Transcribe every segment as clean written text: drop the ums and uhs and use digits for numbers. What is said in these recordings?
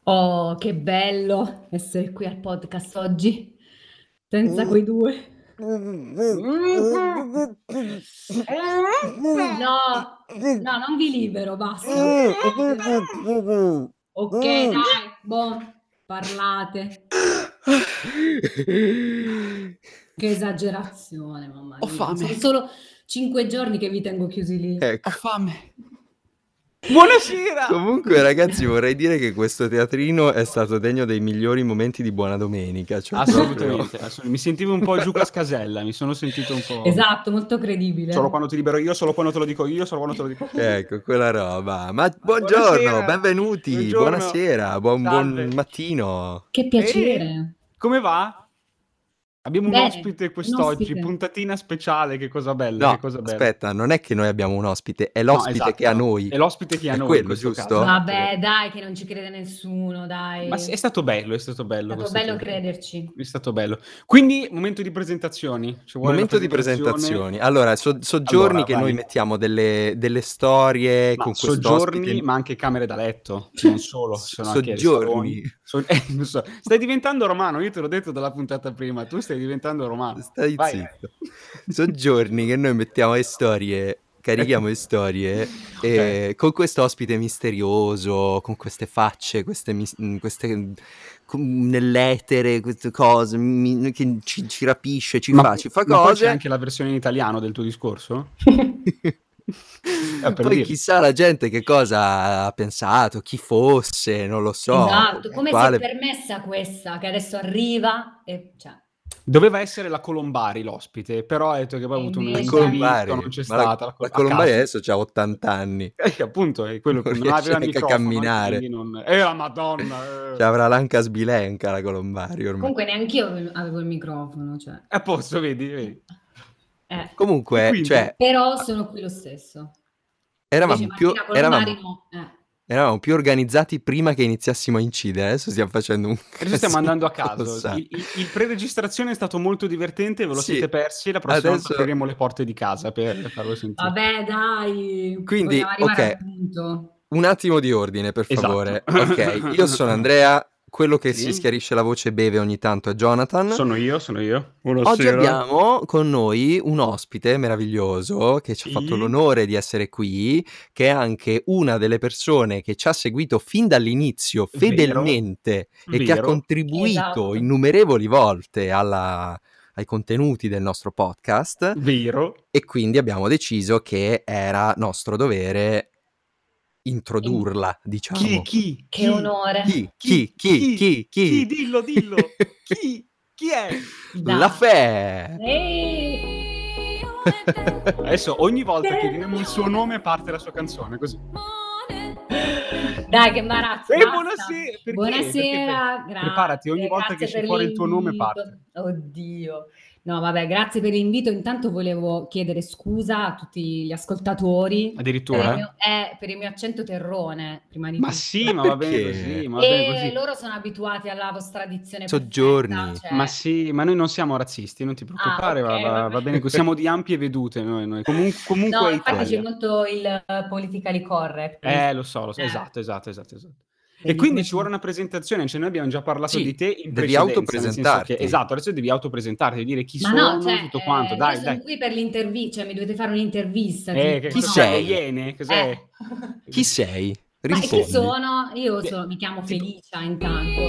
Oh, che bello essere qui al podcast oggi, senza quei due. No, no, non vi libero, basta. Ok, dai, boh, parlate. Che esagerazione, mamma Ho mia. Sono fame, solo 5 giorni che vi tengo chiusi lì. ho Ecco. fame. Buonasera! Comunque, ragazzi, vorrei dire che questo teatrino è stato degno dei migliori momenti di Buona Domenica. Cioè Assolutamente, assolutamente. Mi sentivo un po' Giuca Scasella, mi sono sentito un po'... Esatto, molto Solo credibile. quando ti libero io, solo quando te lo dico io, solo quando te lo dico... Ecco, quella roba. Ma buongiorno, Buonasera! benvenuti, Buongiorno! buonasera, buon Salve! mattino. Che piacere. Come va? Abbiamo un Bene, ospite un quest'oggi, ospite. puntatina speciale, che cosa bella, No, che cosa bella. aspetta, non è che noi abbiamo un ospite, è No, l'ospite che ha esatto, noi. è l'ospite che ha È noi in quello, questo giusto? caso. Vabbè, dai, che non ci crede nessuno, dai. Ma è stato bello, è stato bello. È stato questo bello tempo. crederci. È stato bello. Quindi, momento di presentazioni. Ci vuole Momento la di presentazione. presentazioni. Allora, soggiorni Allora, che vai. noi mettiamo delle storie Ma con soggiorni, quest'ospite. ma anche camere da letto, non solo, sono anche Soggiorni. saloni. Non so. Stai diventando romano, io te l'ho detto dalla puntata prima, tu stai diventando romano. Stai Vai. zitto. Soggiorni che noi mettiamo le storie, carichiamo le storie con questo ospite misterioso, con queste facce, queste nell'etere, queste cose che ci rapisce, ci fa Ma poi cose. c'è anche la versione in italiano del tuo discorso? Per Poi dire. chissà la gente che cosa ha pensato, chi fosse, non lo so. Esatto, come quale... si è permessa questa che adesso arriva e cioè, Doveva essere la Colombari l'ospite, però ha detto che poi ha E avuto un invece- imprevisto, non c'è Ma la stata. A Colombari caso. adesso ha 80 anni. Appunto, è quello che Non non aveva il riesce neanche a microfono. camminare. Quindi non... la Madonna! Cioè, avrà l'anca sbilenca la Colombari ormai. comunque neanch'io avevo il microfono, cioè. È a posto, vedi? Comunque, Quindi? cioè, Però sono qui lo stesso. eravamo Invece più, Martina Colombari no. eravamo più organizzati prima che iniziassimo a incidere. Adesso stiamo facendo un Adesso stiamo casino andando a caso. colossale. Il pre-registrazione è stato molto divertente, ve lo Sì. siete persi. La prossima volta Adesso- apriremo le porte di casa per farlo sentire. Vabbè, dai. Quindi, vogliamo arrivare ok. al punto. Un attimo di ordine, per Esatto. favore. Ok, io sono Andrea, quello che Sì. si schiarisce la voce beve ogni tanto è Jonathan. Sono io. Oggi abbiamo con noi un ospite meraviglioso che ci ha fatto l'onore di essere qui, che è anche una delle persone che ci ha seguito fin dall'inizio fedelmente e che ha Vero. contribuito Esatto. innumerevoli volte ai contenuti del nostro podcast. Vero. E quindi abbiamo deciso che era nostro dovere introdurla, diciamo. Chi? Che onore. Chi? Dillo. Chi è? La Fe! Ehi! Adesso ogni volta che diremo il suo nome parte la sua canzone, così. Dai, che imbarazzo. E basta. buonasera! Perché? Buonasera, Perché grazie. preparati, ogni volta grazie che esce per fuori il tuo nome l'invito. parte. Oddio. No, vabbè, grazie per l'invito. Intanto volevo chiedere scusa a tutti gli ascoltatori Addirittura? per il mio accento terrone, prima di Ma tutto. sì, ma va bene Perché? così, ma va bene così. Loro sono abituati alla vostra dizione Soggiorni. perfetta, cioè- Ma sì, ma noi non siamo razzisti, non ti preoccupare, ok, va vabbè. bene così. Siamo di ampie vedute noi. Comunque No, è infatti c'è Italia. molto il politically correct. Lo so. Esatto. E Vedi quindi come ci vuole una presentazione, cioè noi abbiamo già parlato Sì, di te in devi precedenza, nel senso autopresentarti. che, esatto, adesso devi autopresentarti, devi dire chi Ma sono, no, cioè, tutto quanto, io dai. sono qui per l'intervista, cioè mi dovete fare un'intervista. Che tipo, Chi cosa sei? Le Iene? Cos'è? Chi sei? Ma chi Rispondi. sono? Io mi chiamo Felicia intanto.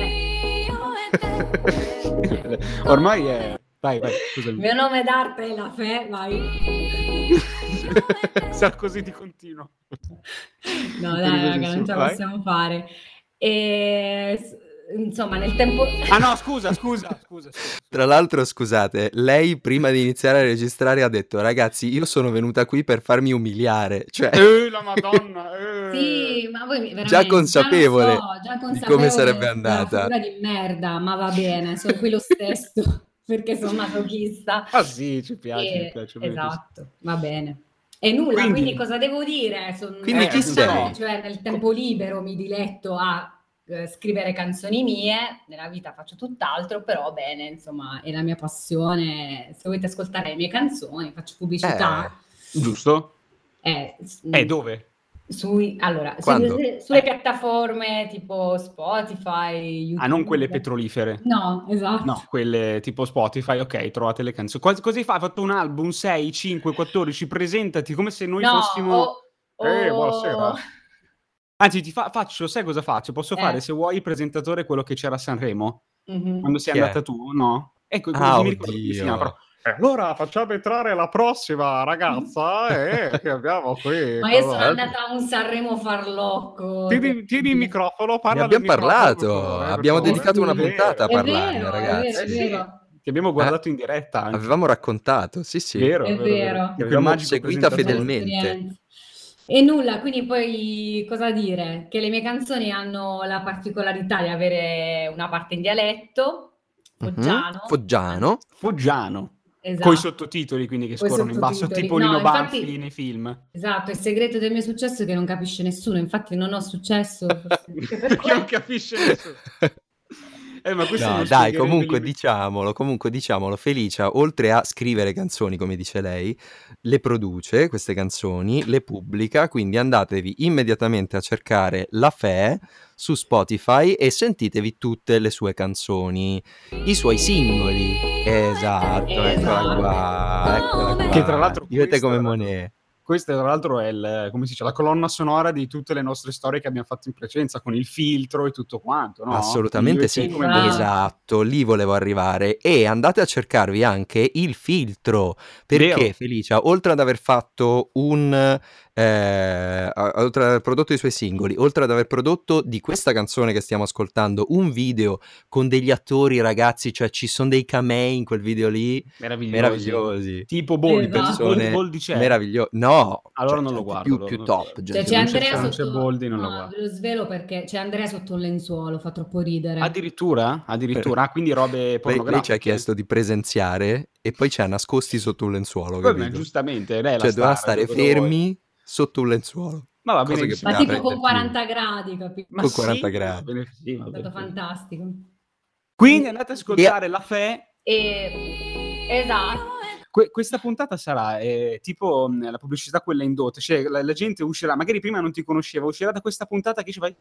Ormai è... Vai, Il scusami. mio nome d'arte è La Fe, vai. Sarcosì di continuo. No, dai, raga, non ce la possiamo fare. Insomma, nel tempo... Ah no, scusa. Tra l'altro, scusate, lei prima di iniziare a registrare ha detto: ragazzi, io sono venuta qui per farmi umiliare. Cioè, la Madonna! Sì, ma voi veramente già consapevole già di come sarebbe della andata. figura di merda, ma va bene, sono qui lo stesso perché sono masochista. Ah sì, ci piace. Esatto, va bene. E nulla, quindi cosa devo dire? Quindi chi sei? Cioè, nel tempo libero mi diletto a scrivere canzoni mie, nella vita faccio tutt'altro, però bene, insomma, è la mia passione. Se volete ascoltare le mie canzoni, faccio pubblicità. Giusto? Dove? Allora, Quando? sulle piattaforme tipo Spotify, Ah, non quelle YouTube. petrolifere. No, esatto. No, quelle tipo Spotify, ok, trovate le canzoni. Cosa hai fatto? Hai fatto un album, 6, 5, 14, presentati come se noi No, fossimo... buonasera. o Anzi, faccio, sai cosa faccio? Posso fare, se vuoi, il presentatore quello che c'era a Sanremo, quando sei Chi è? andata tu, no? Ecco, non Ah, mi ricordo come si chiama, però... oddio. allora facciamo entrare la prossima ragazza che abbiamo qui. Ma io sono andata a un Sanremo farlocco. Tieni il microfono, Ne parla del abbiamo microfono, parlato, per favore, per abbiamo favore. dedicato una Sì. puntata a È parlarne, vero, ragazzi. è vero. Ti abbiamo guardato in diretta anche. Avevamo raccontato, sì. Vero, È vero. Quel Avevamo magico seguita presentatore. fedelmente. E nulla, quindi poi cosa dire? Che le mie canzoni hanno la particolarità di avere una parte in dialetto, foggiano. Foggiano. Esatto. Coi sottotitoli, quindi che Coi scorrono in basso, sottotitoli. tipo No, Lino infatti- Banfi nei film. Esatto, il segreto del mio successo è che non capisce nessuno, infatti non ho successo. forse anche per Perché non questo. capisce nessuno. Ma questo No, non dai, spiegherebbe comunque diciamolo, Felicia, oltre a scrivere canzoni, come dice lei, le produce queste canzoni, le pubblica, quindi andatevi immediatamente a cercare La Fe su Spotify e sentitevi tutte le sue canzoni, i suoi singoli. Esatto, eccola qua. Che tra l'altro Vivete questa, come tra l'altro, Monet. questa tra l'altro è come si dice, la colonna sonora di tutte le nostre storie che abbiamo fatto in precedenza, con il filtro e tutto quanto, no? Assolutamente Io e sì, te come Esatto. Monet. esatto, lì volevo arrivare e andate a cercarvi anche il filtro, perché Vero. Felicia, oltre ad aver fatto oltre ad aver prodotto i suoi singoli, oltre ad aver prodotto di questa canzone che stiamo ascoltando un video con degli attori ragazzi, cioè ci sono dei camei in quel video lì meravigliosi, Tipo Boldi, Esatto. persone Boldi c'è? meravigliosi, no, Allora cioè, non lo gente guardo, più allora non lo top, guardo. gente Cioè, Se c'è non Andrea se non c'è sotto. Boldi non lo No, guardo. ve lo svelo perché c'è Andrea sotto un lenzuolo, fa troppo ridere. Addirittura? Ah, quindi robe lei pornografiche. ci ha chiesto di presenziare e poi ci ha nascosti sotto un lenzuolo, Vabbè, capito? giustamente, lei è la Cioè doveva star, stare cosa vuoi? fermi sotto un lenzuolo. Ma va Cosa bene, che Ma poteva tipo con prendere 40 gradi, capito? Ma con sì, 40 va gradi. bene, sì, va È stato bene. fantastico. Quindi andate ad ascoltare La Fe. Esatto. Questa puntata sarà tipo la pubblicità quella indotta, cioè la gente uscirà, magari prima non ti conosceva, uscirà da questa puntata che ci vai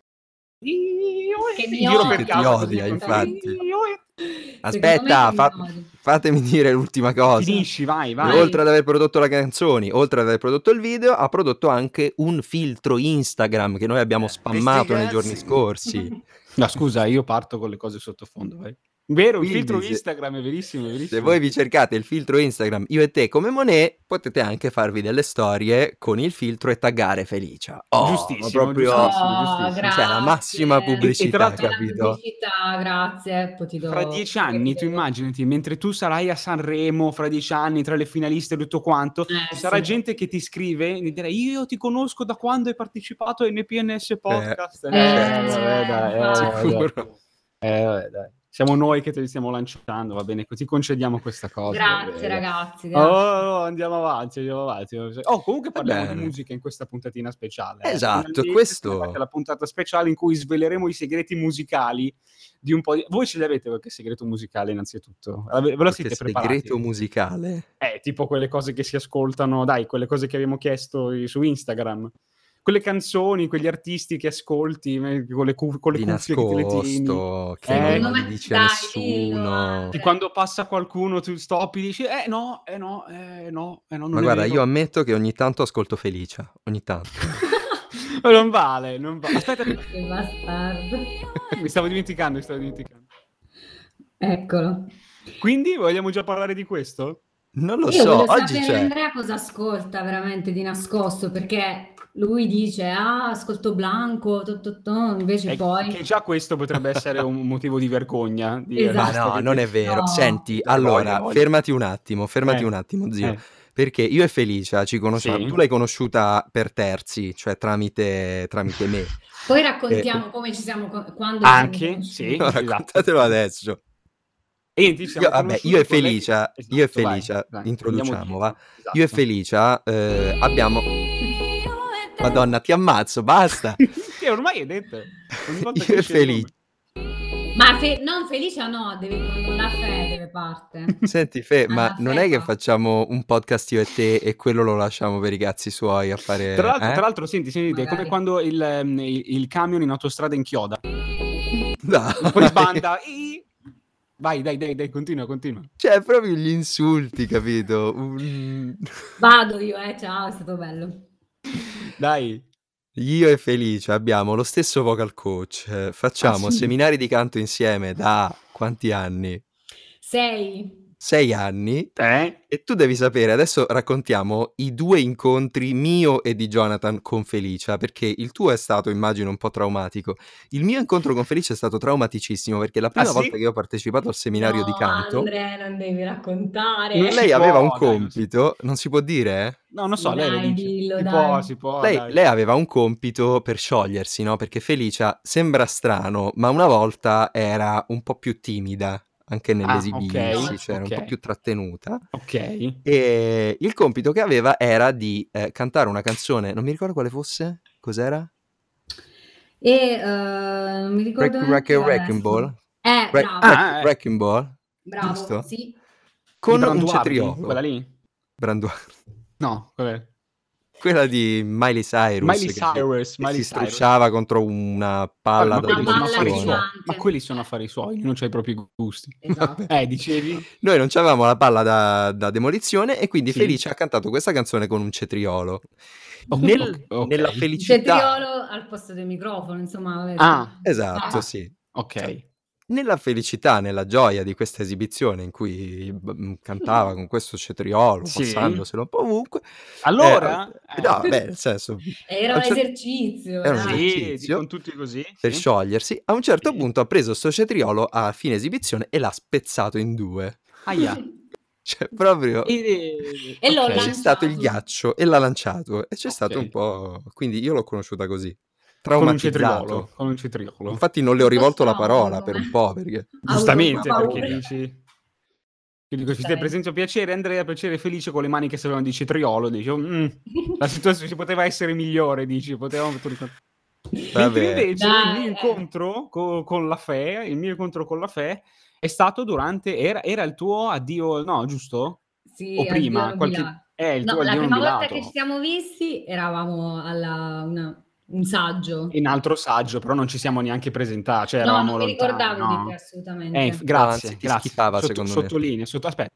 Che mi in giro per odia. Che ti casa odia, così, infatti. Secondo me Aspetta, che mi odia. fatemi dire l'ultima cosa. finisci, vai. Vai. Oltre ad aver prodotto le canzoni, oltre ad aver prodotto il video, ha prodotto anche un filtro Instagram che noi abbiamo spammato nei giorni scorsi. No, scusa, io parto con le cose sottofondo, vai. Vero, il Quindi filtro se- Instagram è verissimo, è verissimo. Se voi vi cercate il filtro Instagram Io e te come Monet, potete anche farvi delle storie con il filtro e taggare Felicia. Giustissimo, ma proprio giustissimo. Grazie. Cioè, la massima pubblicità, E tra l'altro- capito? Pubblicità, grazie. Poi ti do- Fra 10 anni, tu immaginati, mentre tu sarai a Sanremo, fra 10 anni, tra le finaliste e tutto quanto, ci sarà sì. gente che ti scrive e dirà io ti conosco da quando hai partecipato ai NPNS Podcast. Sicuro. Vabbè, dai. Siamo noi che te li stiamo lanciando, va bene, così concediamo questa cosa. Grazie ragazzi. Grazie. Oh, andiamo avanti. Oh, comunque parliamo bene. di musica in questa puntatina speciale. Esatto, Finalmente questo- siamo arrivati alla puntata speciale in cui sveleremo i segreti musicali di un po' di... Voi ce l'avete qualche segreto musicale innanzitutto? Ve lo siete Qualche preparati? segreto musicale? Tipo quelle cose che si ascoltano, dai, quelle cose che abbiamo chiesto su Instagram. Quelle canzoni, quegli artisti che ascolti con le Di cuffie che te le tieni. nascosto, che Secondo non me- gli dice dai, nessuno. Che quando passa qualcuno tu stoppi e dici no, non Ma è guarda, vero. io ammetto che ogni tanto ascolto Felicia, ogni tanto. Non vale. Aspetta, Che bastardo. mi stavo dimenticando. Eccolo. Quindi vogliamo già parlare di questo? Non lo Io so, voglio oggi sapere c'è. Andrea cosa ascolta veramente di nascosto, perché lui dice ascolto Blanco, invece poi Che già questo potrebbe essere un motivo di vergogna. Esatto. Ma basta no, che non ti- è vero. No. Senti, Dai, allora, voglio. fermati un attimo, zio. Perché io e Felicia ci conosciamo. Sì. Tu l'hai conosciuta per terzi, cioè tramite me. Poi raccontiamo come ci siamo quando Anche, ci siamo sì. conosciuti. No, Esatto. raccontatelo adesso. E ti siamo conosciuti Io e con lei- Felicia, Esatto, vai, introduciamo, andiamo va. dietro. Esatto. Io e Felicia abbiamo... Madonna, ti ammazzo, basta. Che ormai è detto. Ogni volta Io che e esce il Felicia. Ma non Felicia no, con la Fe deve parte. Senti Fe, ma Alla non è che Fefa. facciamo un podcast io e te e quello lo lasciamo per i cazzi suoi a fare... Tra l'altro, senti, è come Magari. quando il camion in autostrada inchioda. Dai. Poi sbanda. Vai, dai, continua. Cioè, proprio gli insulti, capito? Vado io, ciao, è stato bello. Dai. Io e Felicia abbiamo lo stesso vocal coach, facciamo sì? seminari di canto insieme da quanti anni? 6. 6 anni. Eh? E tu devi sapere, adesso raccontiamo i 2 incontri mio e di Jonathan con Felicia, perché il tuo è stato, immagino, un po' traumatico. Il mio incontro con Felicia è stato traumaticissimo, perché la prima sì? volta che io ho partecipato al seminario di canto, Andrea, non devi raccontare. Non lei si aveva può, un dai, compito, non si può dire? No, non so, Sì, lei lo dai, dice. dillo, Si dai. può, Lei, dai. lei aveva un compito per sciogliersi, no? Perché Felicia sembra strano, ma una volta era un po' più timida, anche nell'esibirsi, ok, cioè era un po' ok. più trattenuta. Ok. E il compito che aveva era di cantare una canzone, non mi ricordo quale fosse, cos'era? E non mi ricordo neanche io Wrecking adesso. Ball? Bravo, Wrecking Ball? bravo, Giusto? sì. Con Di un Branduardi, cetriolo. quella lì? Branduardi. No, quella Quella di Miley Cyrus. Miley che Cyrus, si Miley strusciava contro una palla ma da quelli sono affari demolizione. suoi. gigante. Ma quelli sono affari suoi, non c'hai proprio i gusti. Esatto. Dicevi? Noi non avevamo la palla da demolizione e quindi Sì. Felice ha cantato questa canzone con un cetriolo. Ok. Nella Il felicità... cetriolo al posto del microfono, insomma. Vabbè, Esatto, sì. Ok. Nella felicità, nella gioia di questa esibizione in cui cantava con questo cetriolo, Sì. passandoselo un po' ovunque. Allora? No, beh, nel senso... Era un esercizio. Era un dai. esercizio Con tutti così. per sì. sciogliersi. A un certo Sì. punto ha preso sto cetriolo a fine esibizione e l'ha spezzato in 2. Aia. Cioè, proprio... E l'ho ok. C'è lanciato. stato il ghiaccio e l'ha lanciato. E c'è Ok. stato un po'... Quindi io l'ho conosciuta così. Con un Traumatizzato. cetriolo. Infatti non le ho Un po' rivolto la parola storico, per un po', perché... Giustamente, Ha avuto perché paura. dici... Io dico, ci stai per esempio piacere Andrea, piacere Felice con le mani che sapevano di cetriolo, dici, la situazione ci poteva essere migliore, dici, potevamo... Mentre invece il mio incontro con la Fe, è stato durante, era il tuo addio, no, giusto? Sì, o prima, il tuo la addio prima volta nubilato. che ci siamo visti eravamo un saggio. In altro saggio, però non ci siamo neanche presentati, cioè No, eravamo non mi lontani. ricordavo No. di te assolutamente. Grazie, No, anzi, ti grazie. schifava, secondo me. Sottolinea, aspetta.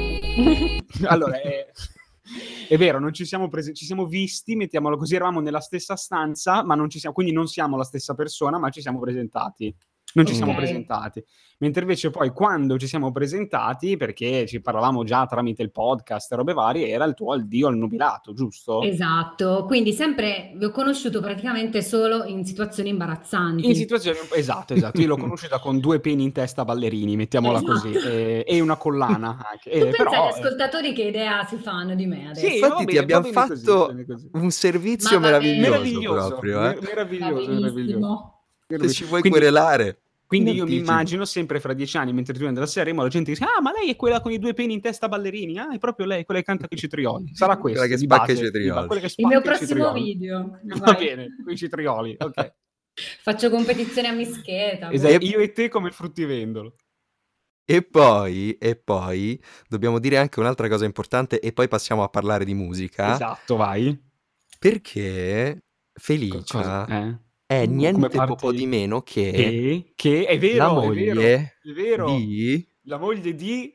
Allora, è vero, non ci siamo visti, mettiamolo così, eravamo nella stessa stanza, ma quindi non siamo la stessa persona, ma ci siamo presentati. Non ci siamo presentati. Mentre invece poi quando ci siamo presentati, perché ci parlavamo già tramite il podcast e robe varie, era il tuo addio al nubilato, giusto? Esatto, quindi sempre vi ho conosciuto praticamente solo in situazioni imbarazzanti. In situazioni... Esatto, io l'ho conosciuta con 2 peni in testa ballerini, mettiamola così, e una collana anche. Tu pensa però, agli ascoltatori che idea si fanno di me adesso? Sì, infatti ti abbiamo va bene fatto così. un servizio Ma va bene. meraviglioso proprio. Meraviglioso. Se ci vuoi querelare. Quindi io mi immagino sempre fra 10 anni, mentre tu andrai alla Sanremo, la gente dice, ma lei è quella con i 2 peni in testa ballerini? È proprio lei, quella che canta con i cetrioli. Sarà questa, Quella che spacca i cetrioli. Il mio prossimo video. Va bene, con i cetrioli, ok. Faccio competizione a mischeta. Esatto, io e te come il fruttivendolo. E poi dobbiamo dire anche un'altra cosa importante e poi passiamo a parlare di musica. Esatto, vai. Perché Felicia è niente po' di meno che è vero, la moglie la moglie di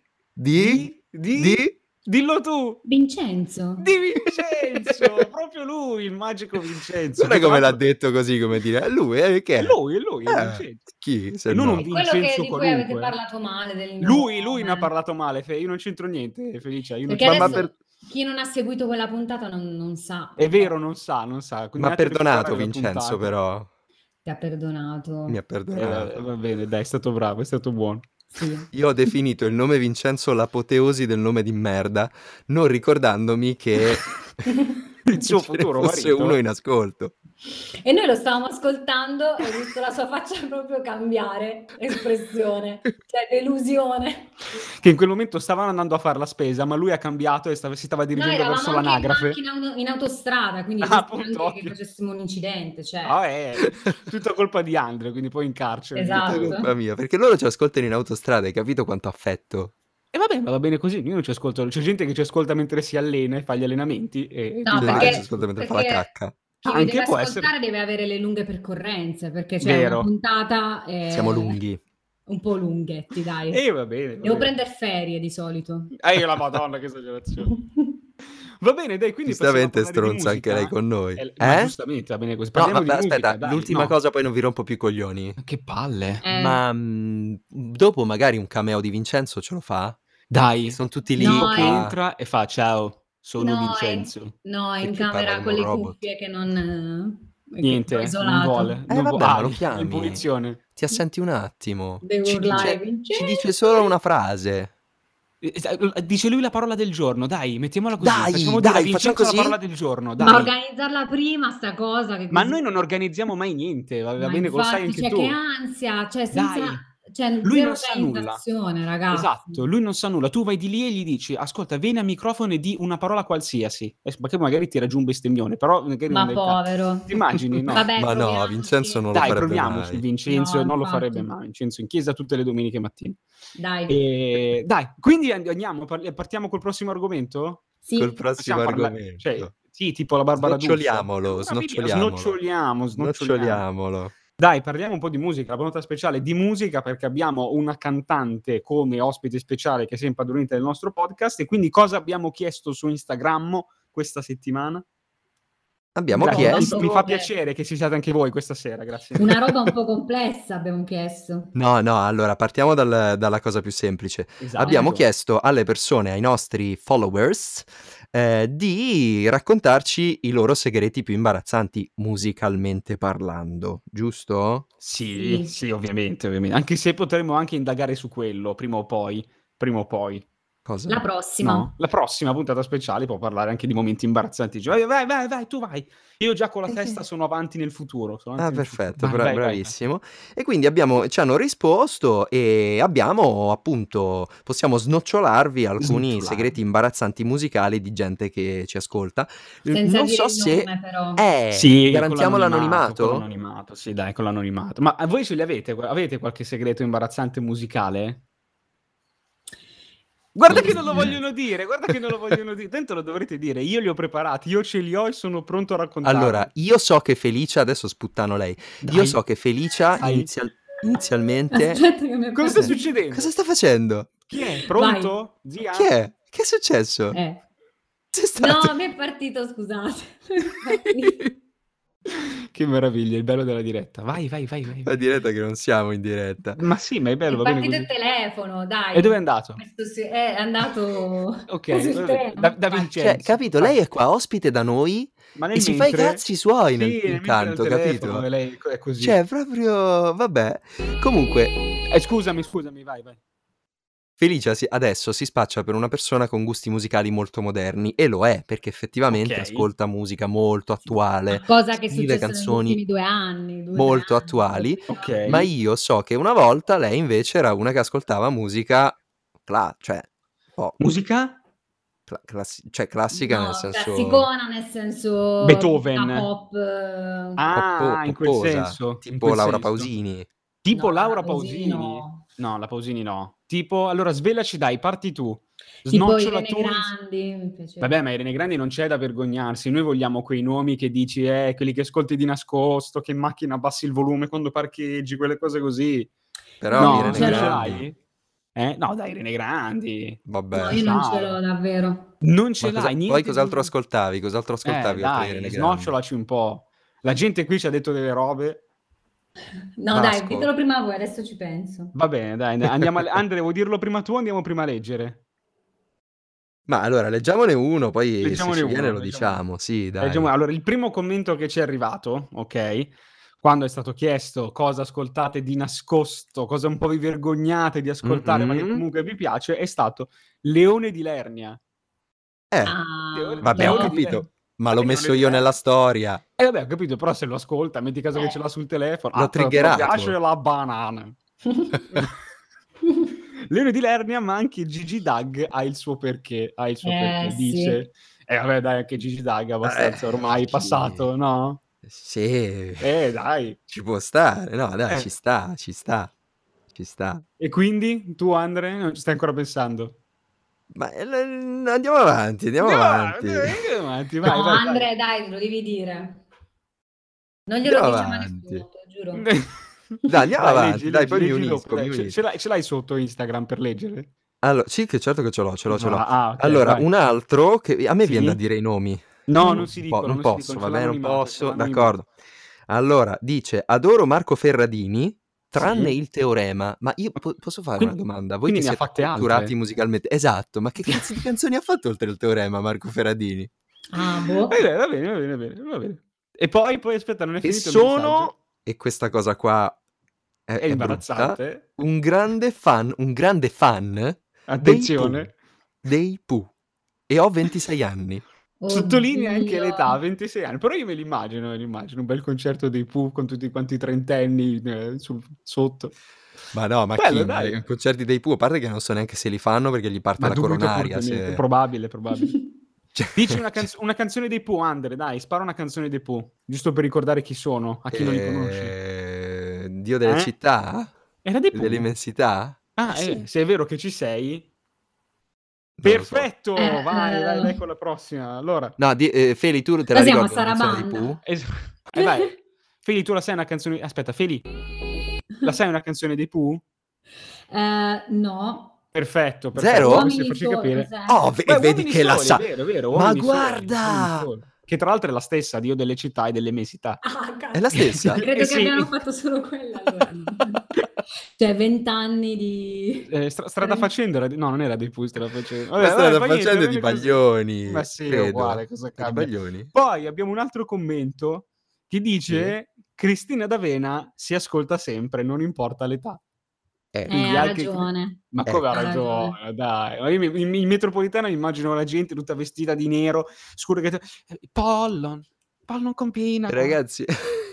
dillo tu, Vincenzo, proprio lui, il magico Vincenzo. non è come l'ha detto così, come dire lui, che è lui Vincenzo. Chi se e non no? un Vincenzo di cui avete parlato male del lui ne ha parlato male, io non c'entro niente, Felicia, perché adesso chi non ha seguito quella puntata non sa. È vero, non sa. Ma ha perdonato Vincenzo, però. Ti ha perdonato. Mi ha perdonato. Va bene, dai, è stato bravo, è stato buono. Sì. Io ho definito il nome Vincenzo l'apoteosi del nome di merda, non ricordandomi che il suo Ce ne futuro fosse marito. uno in ascolto. E noi lo stavamo ascoltando e ho visto la sua faccia proprio cambiare espressione, cioè delusione. Che in quel momento stavano andando a fare la spesa, ma lui ha cambiato e si stava No, dirigendo eravamo verso anche in l'anagrafe. macchina in autostrada, quindi Ah, rischi appunto, anche che occhio. facessimo un incidente, cioè. Ah, è tutta colpa di Andre, quindi poi in carcere. Esatto. Tutta colpa mia, perché loro ci ascoltano in autostrada, hai capito quanto affetto? E vabbè, ma va bene così, io non ci ascolto, c'è gente che ci ascolta mentre si allena e fa gli allenamenti e No, Gente che perché- ci ascolta mentre fa la perché- cacca. Chi vi Anche deve può ascoltare deve avere le lunghe percorrenze, perché c'è Vero. una puntata Siamo lunghi. un po' lunghetti, dai. E va bene. Devo prendere ferie di solito. La madonna, che esagerazione. Va bene, dai, quindi Giustamente possiamo parlare di stronza anche musica? lei con noi. Ma giustamente, va bene così. No, Parliamo vabbè, di musica, aspetta, dai, l'ultima no. cosa, poi non vi rompo più i coglioni. Che palle. Ma dopo magari un cameo di Vincenzo ce lo fa? Dai, Sono tutti lì. No, che entra e fa ciao, sono Vincenzo. No, in Perché camera parla con con le un robot? cuffie che non... Niente, che ho non isolato. vuole. Vabbè, ma lo in chiami. punizione. Ti assenti un attimo. Devo Ci urlare, dice, Vincenzo. ci dice solo una frase. Dice lui la parola del giorno, dai, mettiamola così. Dai, facciamo dai, dire a Vincenzo facciamo così? la parola del giorno, Ma dai. organizzarla prima sta cosa che Ma così- noi non organizziamo mai niente, va Ma bene, lo sai infatti, anche cioè, tu. che ansia, cioè senza Dai. cioè, Lui zero non sa nulla. organizzazione, ragazzi. Esatto, lui non sa nulla. Tu vai di lì e gli dici, ascolta, vieni al microfono e di una parola qualsiasi. Perché magari ti raggiunge un bestemmione, però magari Ma non dai tanto. povero. Ti immagini? No. Vabbè, Ma no, proviamoci. Vincenzo non lo Dai, farebbe proviamoci. mai. Vincenzo No, non lo infatti. farebbe mai. Vincenzo in chiesa tutte le domeniche mattine. Dai. Dai, quindi andiamo, partiamo col prossimo argomento? Sì. Col prossimo Possiamo parlare- argomento. cioè, sì, tipo la Barbara D'Urso. Snoccioliamolo, Snoccioliamolo. snoccioliamolo. Dai, parliamo un po' di musica, la puntata speciale di musica, perché abbiamo una cantante come ospite speciale che è sempre padronita del nostro podcast. E quindi cosa abbiamo chiesto su Instagram questa settimana? Abbiamo Grazie, chiesto... Mi fa piacere che ci siate anche voi questa sera, grazie. Una roba un po' complessa abbiamo chiesto. No, allora partiamo dalla cosa più semplice. Esatto. Abbiamo chiesto alle persone, ai nostri followers, di raccontarci i loro segreti più imbarazzanti musicalmente parlando, giusto? Sì, ovviamente. Anche se potremmo anche indagare su quello, prima o poi. Cosa? La prossima. No? La prossima puntata speciale può parlare anche di momenti imbarazzanti. Dice, vai, tu vai. Io già con la testa sono avanti nel futuro. Perfetto, Vai. bravissimo. E quindi ci hanno risposto e abbiamo appunto, possiamo snocciolarvi alcuni segreti imbarazzanti musicali di gente che ci ascolta. Senza Non dire so il se... nome, però. Sì, garantiamo con l'anonimato? Con l'anonimato, sì, dai, con l'anonimato. Ma voi ce li avete? Avete qualche segreto imbarazzante musicale? Guarda che non lo vogliono dire, tanto lo dovrete dire, io li ho preparati, io ce li ho e sono pronto a raccontarli. Allora, io so che Felicia, adesso sputtano lei, Dai. io so che Felicia Dai. inizialmente... Aspetta che mi Cosa sta succedendo? Cosa sta facendo? Chi è? Pronto? Zia? Chi è? Che è successo? Eh. Sei stato... No, mi è partito, scusate. Che meraviglia, il bello della diretta. Vai. La diretta che non siamo in diretta. Ma sì, ma è bello, va È bene partito così. il telefono, dai. E dove è andato? È andato Ok, sul vabbè, treno. da Vai. Vincenzo. Cioè, capito? Lei è qua ospite da noi Ma e si fa i cazzi suoi sì, intanto, mentre al capito? telefono, lei è così. Cioè, proprio... Vabbè. Comunque, Scusami, vai. Felicia adesso si spaccia per una persona con gusti musicali molto moderni, e lo è, perché effettivamente Ok. ascolta musica molto attuale, Cosa che è scrive successa negli canzoni ultimi 2 anni. molto attuali, Ok. ma io so che una volta lei invece era una che ascoltava musica cioè un po' Musica? classica, No, nel senso classicona, nel senso Beethoven. pop. In quel popposa, senso. in tipo quel Laura senso. Pausini. Tipo No, Laura la Pausini Pausini? no. No, la Pausini no. Tipo, allora svelaci, dai, parti tu. Tipo Snocciola Irene tu. Grandi, mi piaceva. Vabbè, ma Irene Grandi non c'è da vergognarsi. Noi vogliamo quei nomi che dici, quelli che ascolti di nascosto, che in macchina abbassi il volume quando parcheggi, quelle cose così. Però no, Irene ce l'ho. Grandi, No, dai, Irene Grandi. vabbè. No, io non ce l'ho davvero. Non ce Ma l'hai, niente. poi cos'altro ascoltavi? Cos'altro ascoltavi oltre a Dai, Irene Grandi? snocciolaci un po'. La gente qui ci ha detto delle robe. No, Vasco. dai, ditelo prima voi, adesso ci penso. Va bene, dai, andiamo Andre, vuoi dirlo prima tu o andiamo prima a leggere? Ma allora, leggiamone uno, poi Leggiamone se ci viene uno, lo leggiamone. diciamo, sì, dai. Allora, il primo commento che ci è arrivato, ok, quando è stato chiesto cosa ascoltate di nascosto, cosa un po' vi vergognate di ascoltare, ma che comunque vi piace, è stato Leone di Lernia. Ah, Vabbè, ho no. capito. Ma l'ho non messo è io vero. nella storia. Vabbè, ho capito, però se lo ascolta, metti caso che ce l'ha sul telefono. L'ho Però triggerato. piace la banana. Leone di Lernia, ma anche Gigi Dag ha il suo perché. sì. Dice... vabbè, dai, anche Gigi Dag è abbastanza ormai sì. passato, no? Sì, Dai. ci può stare. No, dai, Eh. ci sta. E quindi, tu, Andre, non ci stai ancora pensando? Ma andiamo avanti. Andiamo avanti, vai, No, vai, Andre, dai, lo devi dire. Non glielo Andiamo diciamo a avanti. nessuno, te lo giuro. Dai, andiamo avanti, dai, poi mi leggi unisco, dopo, dai. Ce l'hai sotto Instagram per leggere? Allora, sì, che certo che ce l'ho. Ok, Allora, vai. un altro che a me Sì? viene da dire i nomi. No, non si Non dicono, posso, ce va bene, l'hanno non animato, ce posso, l'hanno d'accordo. Allora, dice, adoro Marco Ferradini, tranne Sì. il teorema. Ma io posso fare Quindi- una domanda? Voi che quindi ne ha siete fatte culturati altre? musicalmente, esatto, ma che cazzo di canzoni ha fatto oltre il teorema Marco Ferradini? Ah, boh. Va bene. E poi aspetta, non è E finito il messaggio. sono, e questa cosa qua È è brutta, imbarazzante. un grande fan Attenzione. dei Pooh. E ho 26 anni. Sottolinea anche Oddio. l'età, 26 anni. Però io me l'immagino, un bel concerto dei Pooh con tutti quanti i trentenni sotto. Ma no, ma Bello, chi? dai. I concerti dei Pooh, a parte che non so neanche se li fanno perché gli parte Ma la dubito coronaria. fortemente. Probabile. Cioè- Dici una canzone dei Pooh, Andre, dai, spara una canzone dei Pooh, giusto per ricordare chi sono, a chi non li conosce. Dio delle città? Era dei Pooh? Dell'immensità? Sì. Se è vero che ci sei... Non lo so. Perfetto, vai con la prossima. Allora, No, Feli, tu te la Noi siamo ricordi la canzone di Sarabanda. Pooh? vai. Feli, tu la sai una canzone... Aspetta, Feli, la sai una canzone dei Pooh? No. Perfetto. Zero? Così facci capire. Oh, Beh, vedi Uomini che la Soli, sa. è vero, Ma Uomini Soli, guarda! Uomini Soli. Che tra l'altro è la stessa, Dio delle città e delle immensità. Ah, cazzo. È la stessa? Credo che Sì. abbiano fatto solo quella allora. Cioè 20 anni di... Strada facendo era no, non era dei Pooh, strada facendo. Ma strada fa niente, facendo va di bene così. Baglioni. Ma sì, è credo. uguale, cosa È di cambia? Baglioni? Poi abbiamo un altro commento che dice Cristina D'Avena si ascolta sempre, non importa l'età. Quindi ha anche ragione. ma come ha Ha ragione, dai. Ma io in metropolitana mi immagino la gente tutta vestita di nero, scuro che Pollon con Pina. Se Ragazzi,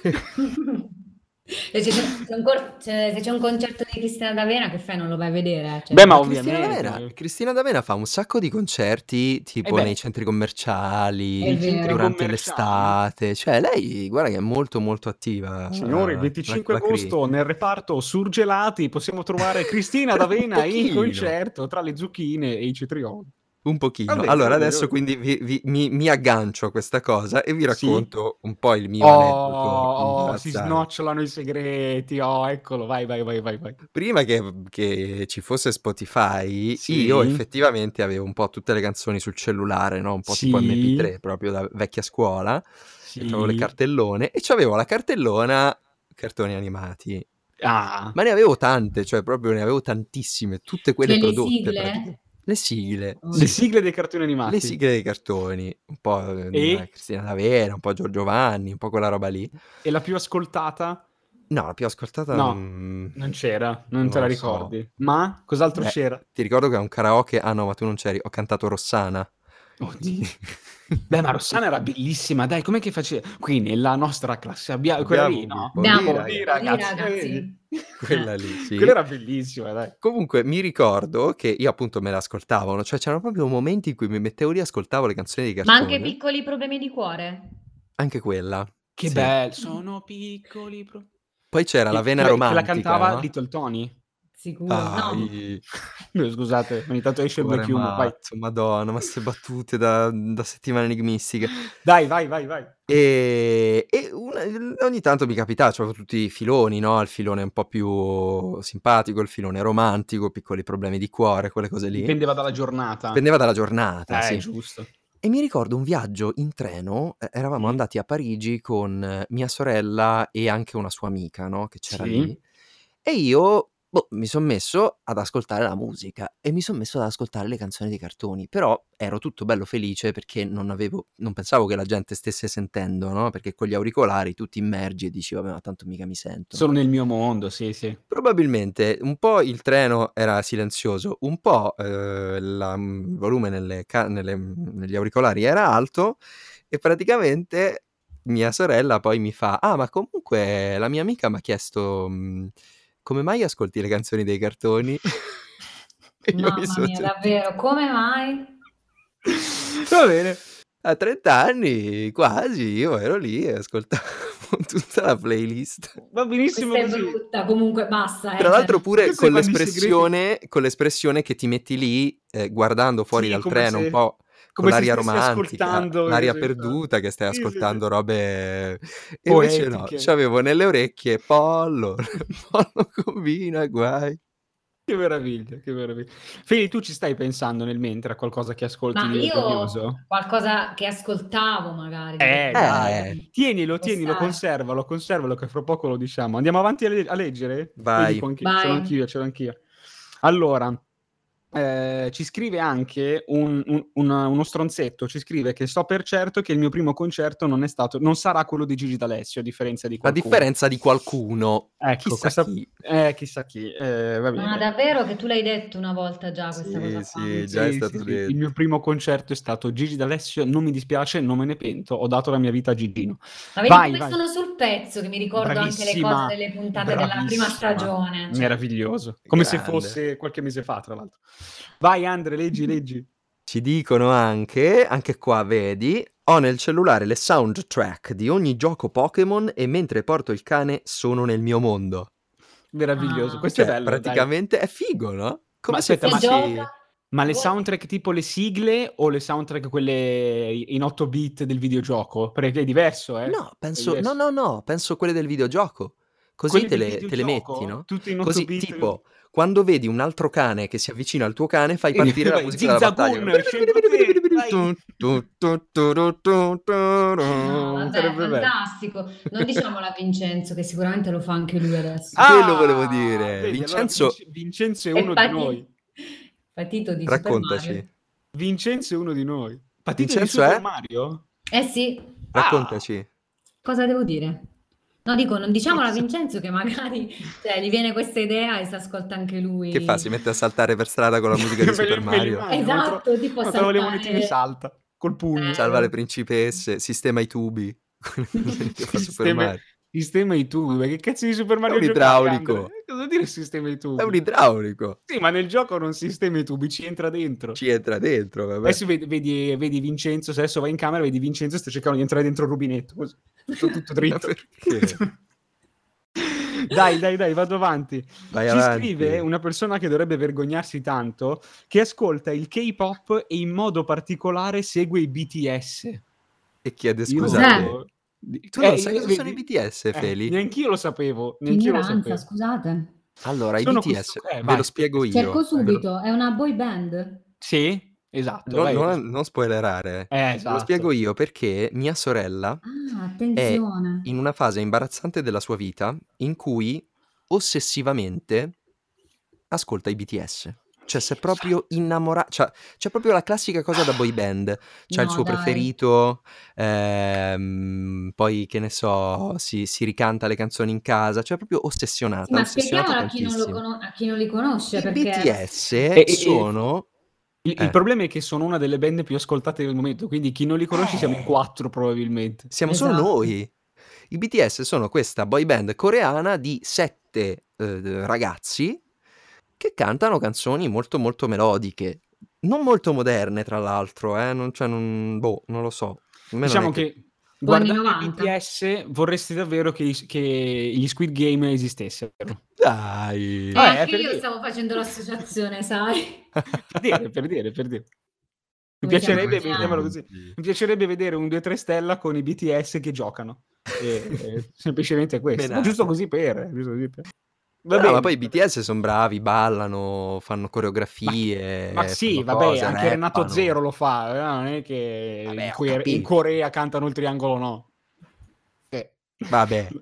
c'è un concerto di Cristina D'Avena, che fai, non lo vai a vedere? Cioè, Beh, ma Cristina D'Avena fa un sacco di concerti tipo nei centri commerciali, È vero. durante commerciali. l'estate. Cioè, lei, guarda che è molto molto attiva. Signori, il 25 la agosto nel reparto surgelati possiamo trovare Cristina D'Avena in pochino. concerto tra le zucchine e i cetrioli. Un pochino. Va bene, allora, va bene, adesso va bene. quindi mi aggancio a questa cosa e vi Sì? racconto un po' il mio aneddoto Si imbarazzante. snocciolano i segreti. Eccolo, vai. Prima che ci fosse Spotify, Sì. io effettivamente avevo un po' tutte le canzoni sul cellulare, no? Un po' tipo MP3, proprio da vecchia scuola. Sì. E avevo le cartellone e c'avevo la cartellona cartoni animati. Ah. Ma ne avevo tante, cioè proprio ne avevo tantissime, tutte quelle Cioè, le prodotte. sigle? Le sigle. Le sigle dei cartoni animati. Le sigle dei cartoni, un po' Cristina D'Avena, un po' Giorgio Vanni, un po' quella roba lì. E la più ascoltata? No, la più ascoltata No, non c'era, non te la lo so. ricordi. Ma cos'altro c'era? Ti ricordo che a un karaoke, ah no, ma tu non c'eri, ho cantato Rossana. Oddio. Beh, ma Rossana era bellissima, dai, com'è che faceva? Qui nella nostra classe abbiamo quella lì, no? Abbiamo, ragazzi. Quella lì, sì. Quella era bellissima, dai. Comunque mi ricordo che io appunto me l'ascoltavano, cioè c'erano proprio momenti in cui mi mettevo lì e ascoltavo le canzoni di cartone. Ma anche Piccoli problemi di cuore? Anche quella. Che sì. bello, sono piccoli Poi c'era la vena romantica. Che la cantava no? Little Tony? Sicuro, no. Scusate, ogni tanto esce il black humor, vai. Madonna, ma ste battute da settimane enigmistiche. Dai. E ogni tanto mi capitava, c'avevo tutti i filoni, no? Il filone un po' più simpatico, il filone romantico, piccoli problemi di cuore, quelle cose lì. Dipendeva dalla giornata. Dipendeva dalla giornata, sì. Giusto. E mi ricordo un viaggio in treno, eravamo andati a Parigi con mia sorella e anche una sua amica, no? Che c'era lì. E io mi sono messo ad ascoltare la musica e mi sono messo ad ascoltare le canzoni dei cartoni, però ero tutto bello felice perché non pensavo che la gente stesse sentendo, no? Perché con gli auricolari tu ti immergi e dici vabbè, ma tanto mica mi sento. Sono nel mio mondo, sì. Probabilmente un po' il treno era silenzioso, un po' il volume negli auricolari era alto E praticamente mia sorella poi mi fa: ah, ma comunque la mia amica mi ha chiesto come mai ascolti le canzoni dei cartoni? E io mi Mamma sono mia, sentito davvero, come mai? Va bene. a 30 anni quasi, io ero lì e ascoltavo tutta la playlist. Va benissimo Questa è così. brutta, comunque basta, Tra l'altro cioè, pure Questo è quando i con l'espressione che ti metti lì guardando fuori Sì, dal come treno, un se, po' con come se l'aria stessi romantica, ascoltando, l'aria esatto. perduta, che stai Sì, sì, sì. ascoltando robe... E invece no, Poetiche. c'avevo nelle orecchie pollo, pollo combina, guai. Che meraviglia, che meraviglia. Feli, tu ci stai pensando nel mentre a qualcosa che ascolti ma di io meraviglioso? qualcosa che ascoltavo magari di Dai, Eh, recente, tienilo, può tienilo, stare. conservalo che fra poco lo diciamo. Andiamo avanti a leggere? Poi vai. dico anche, ce l'ho Vai. anch'io, ce l'ho anch'io. Allora, ci scrive anche uno stronzetto, ci scrive che so per certo che il mio primo concerto non sarà quello di Gigi D'Alessio, a differenza di A qualcuno. differenza di qualcuno, Ecco, chissà chi. chissà chi, va Ma bene. davvero che tu l'hai detto una volta già questa cosa qua? Sì, già è Sì, sì, stato sì. Il detto. mio primo concerto è stato Gigi D'Alessio, non mi dispiace, non me ne pento, ho dato la mia vita a Gigino. Ma vedi Vai, come vai. sono sul pezzo, che mi ricordo anche le cose Bravissima, delle puntate della prima bravissima, stagione, cioè. meraviglioso. Come se Grande. fosse qualche mese fa, tra l'altro. Vai, Andre, leggi. Ci dicono anche qua vedi, ho nel cellulare le soundtrack di ogni gioco Pokémon e mentre porto il cane sono nel mio mondo. Meraviglioso. Ah. Questo è Cioè, bello, dai. praticamente è figo, no? Ma Come se aspetta, E fossi... gioca? ma le Boh. soundtrack tipo le sigle o le soundtrack quelle in 8 bit del videogioco? Perché è diverso, No, È penso... diverso. No, penso quelle del videogioco. Così Quelle del te le metti, videogioco? no? Tutte in 8 Così, bit così. tipo, quando vedi un altro cane che si avvicina al tuo cane, fai E partire la vai, musica della battaglia. Zigzagoon, scelgo te, vai. No, vabbè, Sarebbe bello. fantastico. Non diciamolo a Vincenzo, che sicuramente lo fa anche lui adesso. Quello volevo Ah, dire. vedi, allora Vincenzo, Vincenzo è È uno di noi. patito di Super Mario. raccontaci. Vincenzo è uno di noi. Patito di Vincenzo Super è? Mario? Eh sì, Ah, Raccontaci. cosa devo dire? No, dico, non diciamolo a forse. Vincenzo che magari cioè, gli viene questa idea e si ascolta anche Che fa? Si lui. mette a saltare per strada con la musica di Super Me li Mario? immagino, Esatto, tipo quando trova le monetine saltare. salta, col pugno. Salva le principesse, sistema i tubi. Con le canzoni che fa Super Sistema, Mario. sistema i tubi, ma che cazzo di Super È Mario un giocavi, Andre? idraulico. Cosa vuol dire sistema i È un tubi? idraulico. Sì, ma nel gioco non sistema i tubi, ci entra dentro. Ci entra dentro, vabbè. Adesso vedi Vincenzo, se adesso vai in camera, vedi Vincenzo sta cercando di entrare dentro il rubinetto, così, tutto Ma dritto. perché? Dai, vado avanti. Vai Ci avanti. scrive una persona che dovrebbe vergognarsi tanto, che ascolta il K-pop e in modo particolare segue i BTS. E chiede Io... scusate. Tu non sai cosa vedi? sono i BTS, Feli? Neanch'io lo sapevo, Che ignoranza, scusate. Allora, i Sono BTS, ve vai, lo spiego Cerco io. subito, è una boy band? Sì, esatto, vai. Non spoilerare. Ve lo Esatto. spiego io perché mia sorella Ah, è attenzione. in una fase imbarazzante della sua vita in cui ossessivamente ascolta i BTS. Cioè, si è proprio innamorata. Cioè, c'è proprio la classica cosa da boy band. C'ha il No, suo dai. preferito, poi che ne so, si ricanta le canzoni in casa. Cioè, proprio Sì, ossessionata, ma ossessionata spieghiamolo tantissimo. a chi non li conosce, I perché BTS sono. Il problema è che sono una delle band più ascoltate del momento, quindi chi non li conosce siamo in 4 probabilmente. Siamo solo Esatto. noi. I BTS sono questa boy band coreana di 7 ragazzi che cantano canzoni molto molto melodiche, non molto moderne tra l'altro, non lo so. A me Diciamo non è che anni guardando i 90. BTS vorresti davvero che gli Squid Game esistessero. Dai! Anche per io dire. stavo facendo l'associazione, sai? Per dire. Mi Come siamo piacerebbe, gli mettiamolo anni. così, mi piacerebbe vedere un 2-3 stella con i BTS che giocano. Semplicemente questo. Ma giusto così per. Va No, bene. ma poi i BTS sono bravi, ballano, fanno coreografie, Ma sì, fanno vabbè, cose, anche Renato rappano. Zero lo fa, non è che Vabbè, ho in capito. Corea cantano il triangolo no. Vabbè.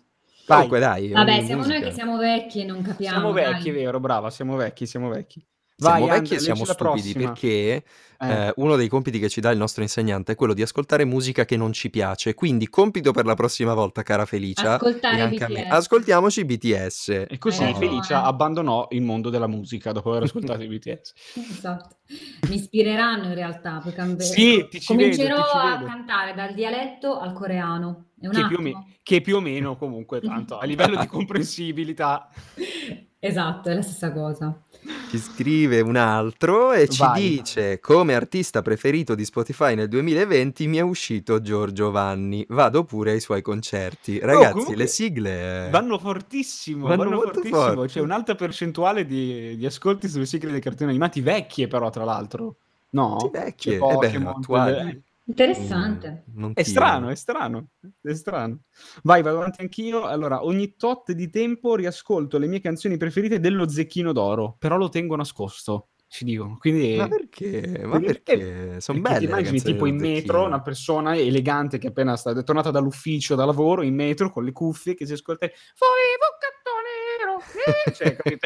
Vai. Comunque dai, Vabbè, ogni siamo noi che musica. siamo vecchi e non capiamo. Siamo vecchi, è dai. vero, brava, siamo vecchi. Siamo Vai, vecchi Andre, e siamo leggi la stupidi prossima. perché Eh. uno dei compiti che ci dà il nostro insegnante è quello di ascoltare musica che non ci piace. Quindi, compito per la prossima volta, cara Felicia, e Ascoltare anche a me, BTS. ascoltiamoci BTS. E così Hai Felicia ragione. abbandonò il mondo della musica dopo aver ascoltato i BTS. Esatto. Mi ispireranno in realtà, poi Sì, ti ci vedo, comincerò ti ci a vedo. cantare dal dialetto al coreano. È un attimo. Che più o meno comunque tanto a livello di comprensibilità. Esatto, è la stessa cosa. Ci scrive un altro e ci Vai. dice: come artista preferito di Spotify nel 2020 mi è uscito Giorgio Vanni. Vado pure ai suoi concerti. Ragazzi, comunque le sigle vanno fortissimo, vanno vanno molto fortissimo. forti. C'è un'alta percentuale di ascolti sulle sigle dei cartoni animati vecchie, però, tra l'altro. No? Sì, C'è vecchie. Pokémon. Attuali. Interessante. Non È strano, tirano. è strano, è strano. Vai, vado avanti anch'io. Allora, ogni tot di tempo riascolto le mie canzoni preferite dello Zecchino d'Oro, però lo tengo nascosto, ci dico. Quindi, Ma perché? Ma quindi- perché? Sono perché ti belle le immagini canzoni tipo dello in metro Zecchino. una persona elegante che è tornata dall'ufficio, da lavoro, in metro con le cuffie che si ascolta Volevo un gatto nero. Cioè, capito?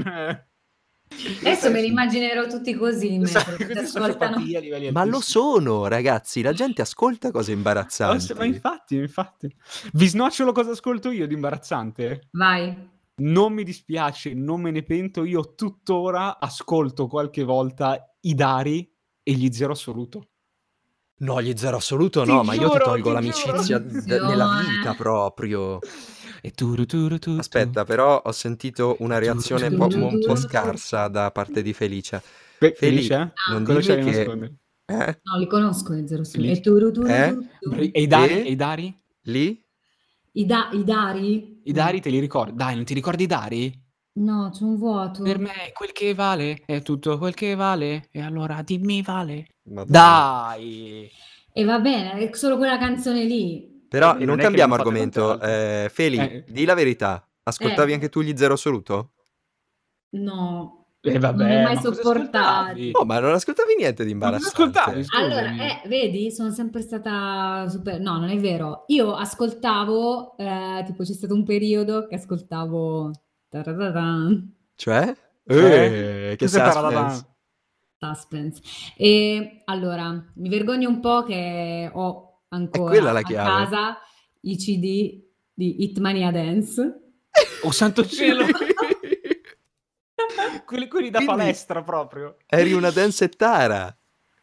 Adesso me li immaginerò tutti così in metro, che ti Queste ascoltano. sociopatie a livelli Ma lo altissimi. sono, ragazzi. La gente ascolta cose Ma imbarazzanti. infatti. Vi snocciolo cosa ascolto io di imbarazzante? Vai. Non mi dispiace, non me ne pento, io tuttora ascolto qualche volta i Dari e gli Zero Assoluto. No, gli Zero Assoluto Ti no, ma io ti giuro, tolgo ti l'amicizia Attenzione. nella vita proprio. E tu. Aspetta, però ho sentito una reazione un po' tu. scarsa da parte di Felicia. Felice? Non Cosa c'è dirmi da che... nascondere? No, li conosco i Zero Assoluto. Felice? E tu. E i Dari? E i Dari? Lì? I Dari? I Dari te li ricordi? Dai, non ti ricordi i Dari? No, c'è un vuoto. Per me è quel che vale, è tutto quel che vale, e allora dimmi vale. Madonna. Dai! E va bene, è solo quella canzone lì. Però E non non è che cambiamo ne fate argomento. tante altre. Feli, di la verità. Ascoltavi anche tu gli Zero Assoluto? No, E non li ho vabbè, mai ma cosa sopportati. ascoltavi? Oh, ma non ascoltavi niente di Ma cosa ascoltavi? imbarazzante. Allora, Scusami. vedi, sono sempre stata super... No, non è vero. Io ascoltavo, tipo c'è stato un periodo che ascoltavo... Tarararan, Cioè? Cioè? Che Cos'è suspense. suspense. E allora, mi vergogno un po' che ho È quella ancora la a chiave. casa i CD di Hitmania Dance. Oh santo cielo! quelli da Quindi palestra proprio. eri una dancettara.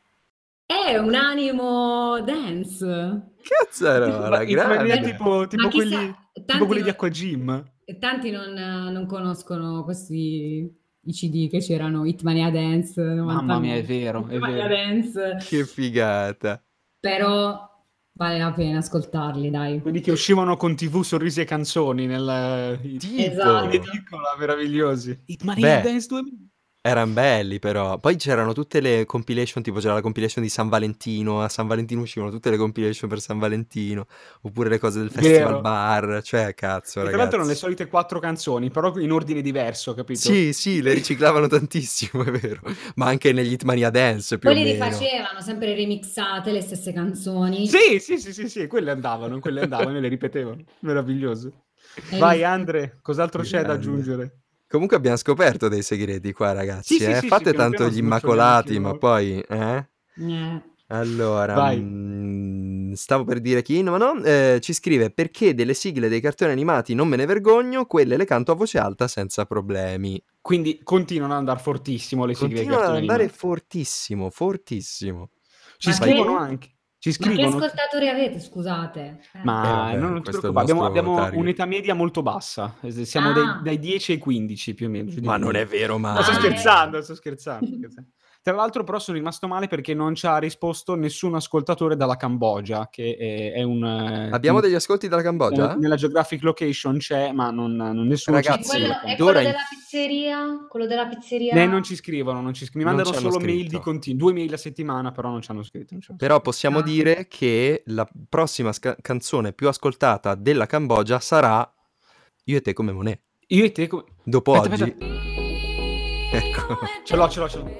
È un animo dance. Cazzaro, la grande. Tipo Ma quelli, chissà, tipo quelli di Acqua Gym. tanti non conoscono questi i CD che c'erano, Hitmania Dance Mamma mia, è 99, vero, è Hitmania vero. Dance, Che figata. però vale la pena ascoltarli, dai. Quelli che uscivano con TV, sorrisi e canzoni nel in Esatto. edicola, meravigliosi. Beh, Dance 2000. erano belli però. Poi c'erano tutte le compilation, tipo c'era la compilation di San Valentino, a San Valentino uscivano tutte le compilation per San Valentino, oppure le cose del Festival Vero. Bar, cioè cazzo, E tra l'altro erano le ragazzi. solite 4 canzoni, però in ordine diverso, capito? Sì, le riciclavano tantissimo, è vero. Ma anche negli Hitmania Dance più Poi o li meno. rifacevano, sempre remixate, le stesse canzoni. Sì, quelle andavano e le ripetevano. Meraviglioso. Hai Vai visto? Andre, cos'altro c'è da Grande. aggiungere? Comunque abbiamo scoperto dei segreti qua, ragazzi, Sì, Fate piano tanto piano gli snoccioliamo anche immacolati, ma noi. poi, Allora, Vai. stavo per dire chi, ma no, ci scrive: perché delle sigle dei cartoni animati non me ne vergogno, quelle le canto a voce alta senza problemi. Quindi continuano ad andare fortissimo le sigle dei Continuano ad cartoni andare animati. fortissimo, fortissimo. Ci Ma scrivono che- anche. Ci Ma che scrivono. ascoltatori avete, scusate? Ma vabbè, non ti questo è il preoccupare, nostro abbiamo target. un'età media molto bassa. Siamo dai 10 ai 15 più o meno. giù di Ma lì. non è vero, No, ma... sto scherzando. Tra l'altro però sono rimasto male perché non ci ha risposto nessun ascoltatore dalla Cambogia, che è un... Abbiamo degli ascolti dalla Cambogia? Nella geographic location c'è, ma nessuno ci Ragazzi, scrive. È d'ora quello in- della pizzeria? Quello della pizzeria? Non ci scrivono, mi Non mandano ci hanno solo mail di scritto. continuo, 2 mail a settimana, però non ci hanno scritto. Però possiamo Ah. dire che la prossima canzone più ascoltata della Cambogia sarà Io e te come Monet. Io e te come... Dopo Aspetta. oggi... Ecco. Ce l'ho.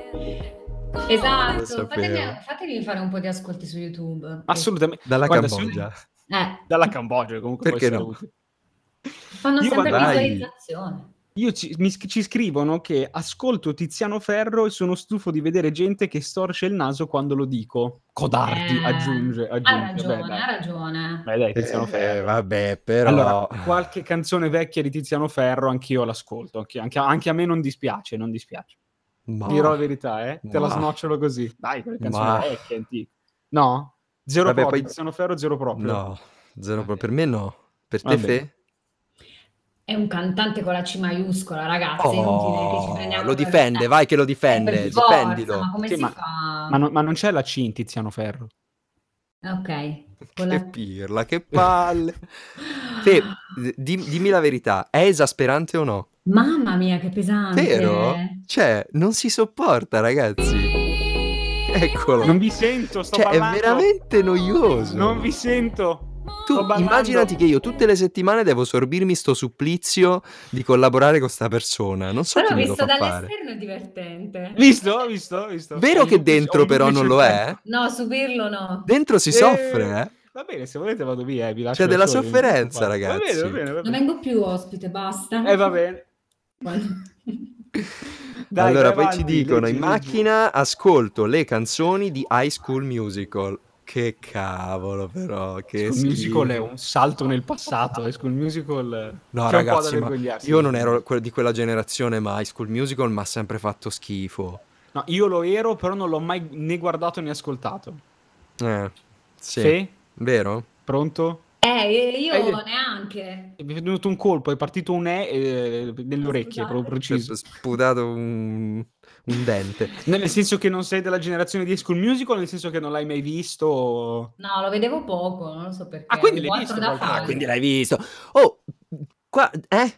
Esatto, Lo sapevo. fatevi fare un po' di ascolti su YouTube. Assolutamente. Dalla Guarda, Cambogia. dalla Cambogia comunque Perché può essere no? utile. Fanno Io sempre vado- Dai. visualizzazione. Ci scrivono che ascolto Tiziano Ferro e sono stufo di vedere gente che storce il naso quando lo dico. Codardi, aggiunge. Ha ragione, ha ragione. Beh, dai, Tiziano Ferro. Vabbè, però... Allora, qualche canzone vecchia di Tiziano Ferro anch'io l'ascolto. Anche a me non dispiace. Dirò la verità, te la snocciolo così. Dai, quelle canzoni vecchie, antiche. No? Zero Vabbè, proprio, poi... Tiziano Ferro zero proprio. No, zero proprio. Per me no. Per te, Fe? È un cantante con la C maiuscola, ragazzi. È inutile che ci prendiamo lo difende, vai che lo difende. Per forza, Difendilo. ma come si fa? Ma non c'è la C in Tiziano Ferro. Ok. Che pirla, che palle. Fe, dimmi la verità, è esasperante o no? Mamma mia, che pesante. Vero? Cioè, non si sopporta, ragazzi. Eccolo. Non vi sento, sto parlando. È veramente noioso. Non vi sento. Tu immaginati che io tutte le settimane devo sorbirmi sto supplizio di collaborare con sta persona. Non so però chi me lo fa fare. Però visto dall'esterno è divertente. Visto. Vero che dentro però non lo è? No, subirlo no. Dentro si soffre, eh? Va bene, se volete vado via, vi lascio. C'è della sofferenza, ragazzi. Va bene. Non vengo più ospite, basta. Va bene. Dai, allora, poi ci dicono, in macchina ascolto le canzoni di High School Musical. Che cavolo, però. Che School Musical è un salto nel passato. High School Musical. No, ragazzi, ma io non ero di quella generazione, ma High School Musical mi ha sempre fatto schifo. No, io lo ero, però non l'ho mai né guardato né ascoltato. Sì. Fe? Vero? Pronto? Io neanche. Mi è venuto un colpo, è partito un nelle orecchie, proprio preciso. Sputato un dente. Nel senso che non sei della generazione di High School Musical, nel senso che non l'hai mai visto? No, lo vedevo poco, non lo so perché. Quindi l'hai visto? Quindi l'hai visto. Oh, qua,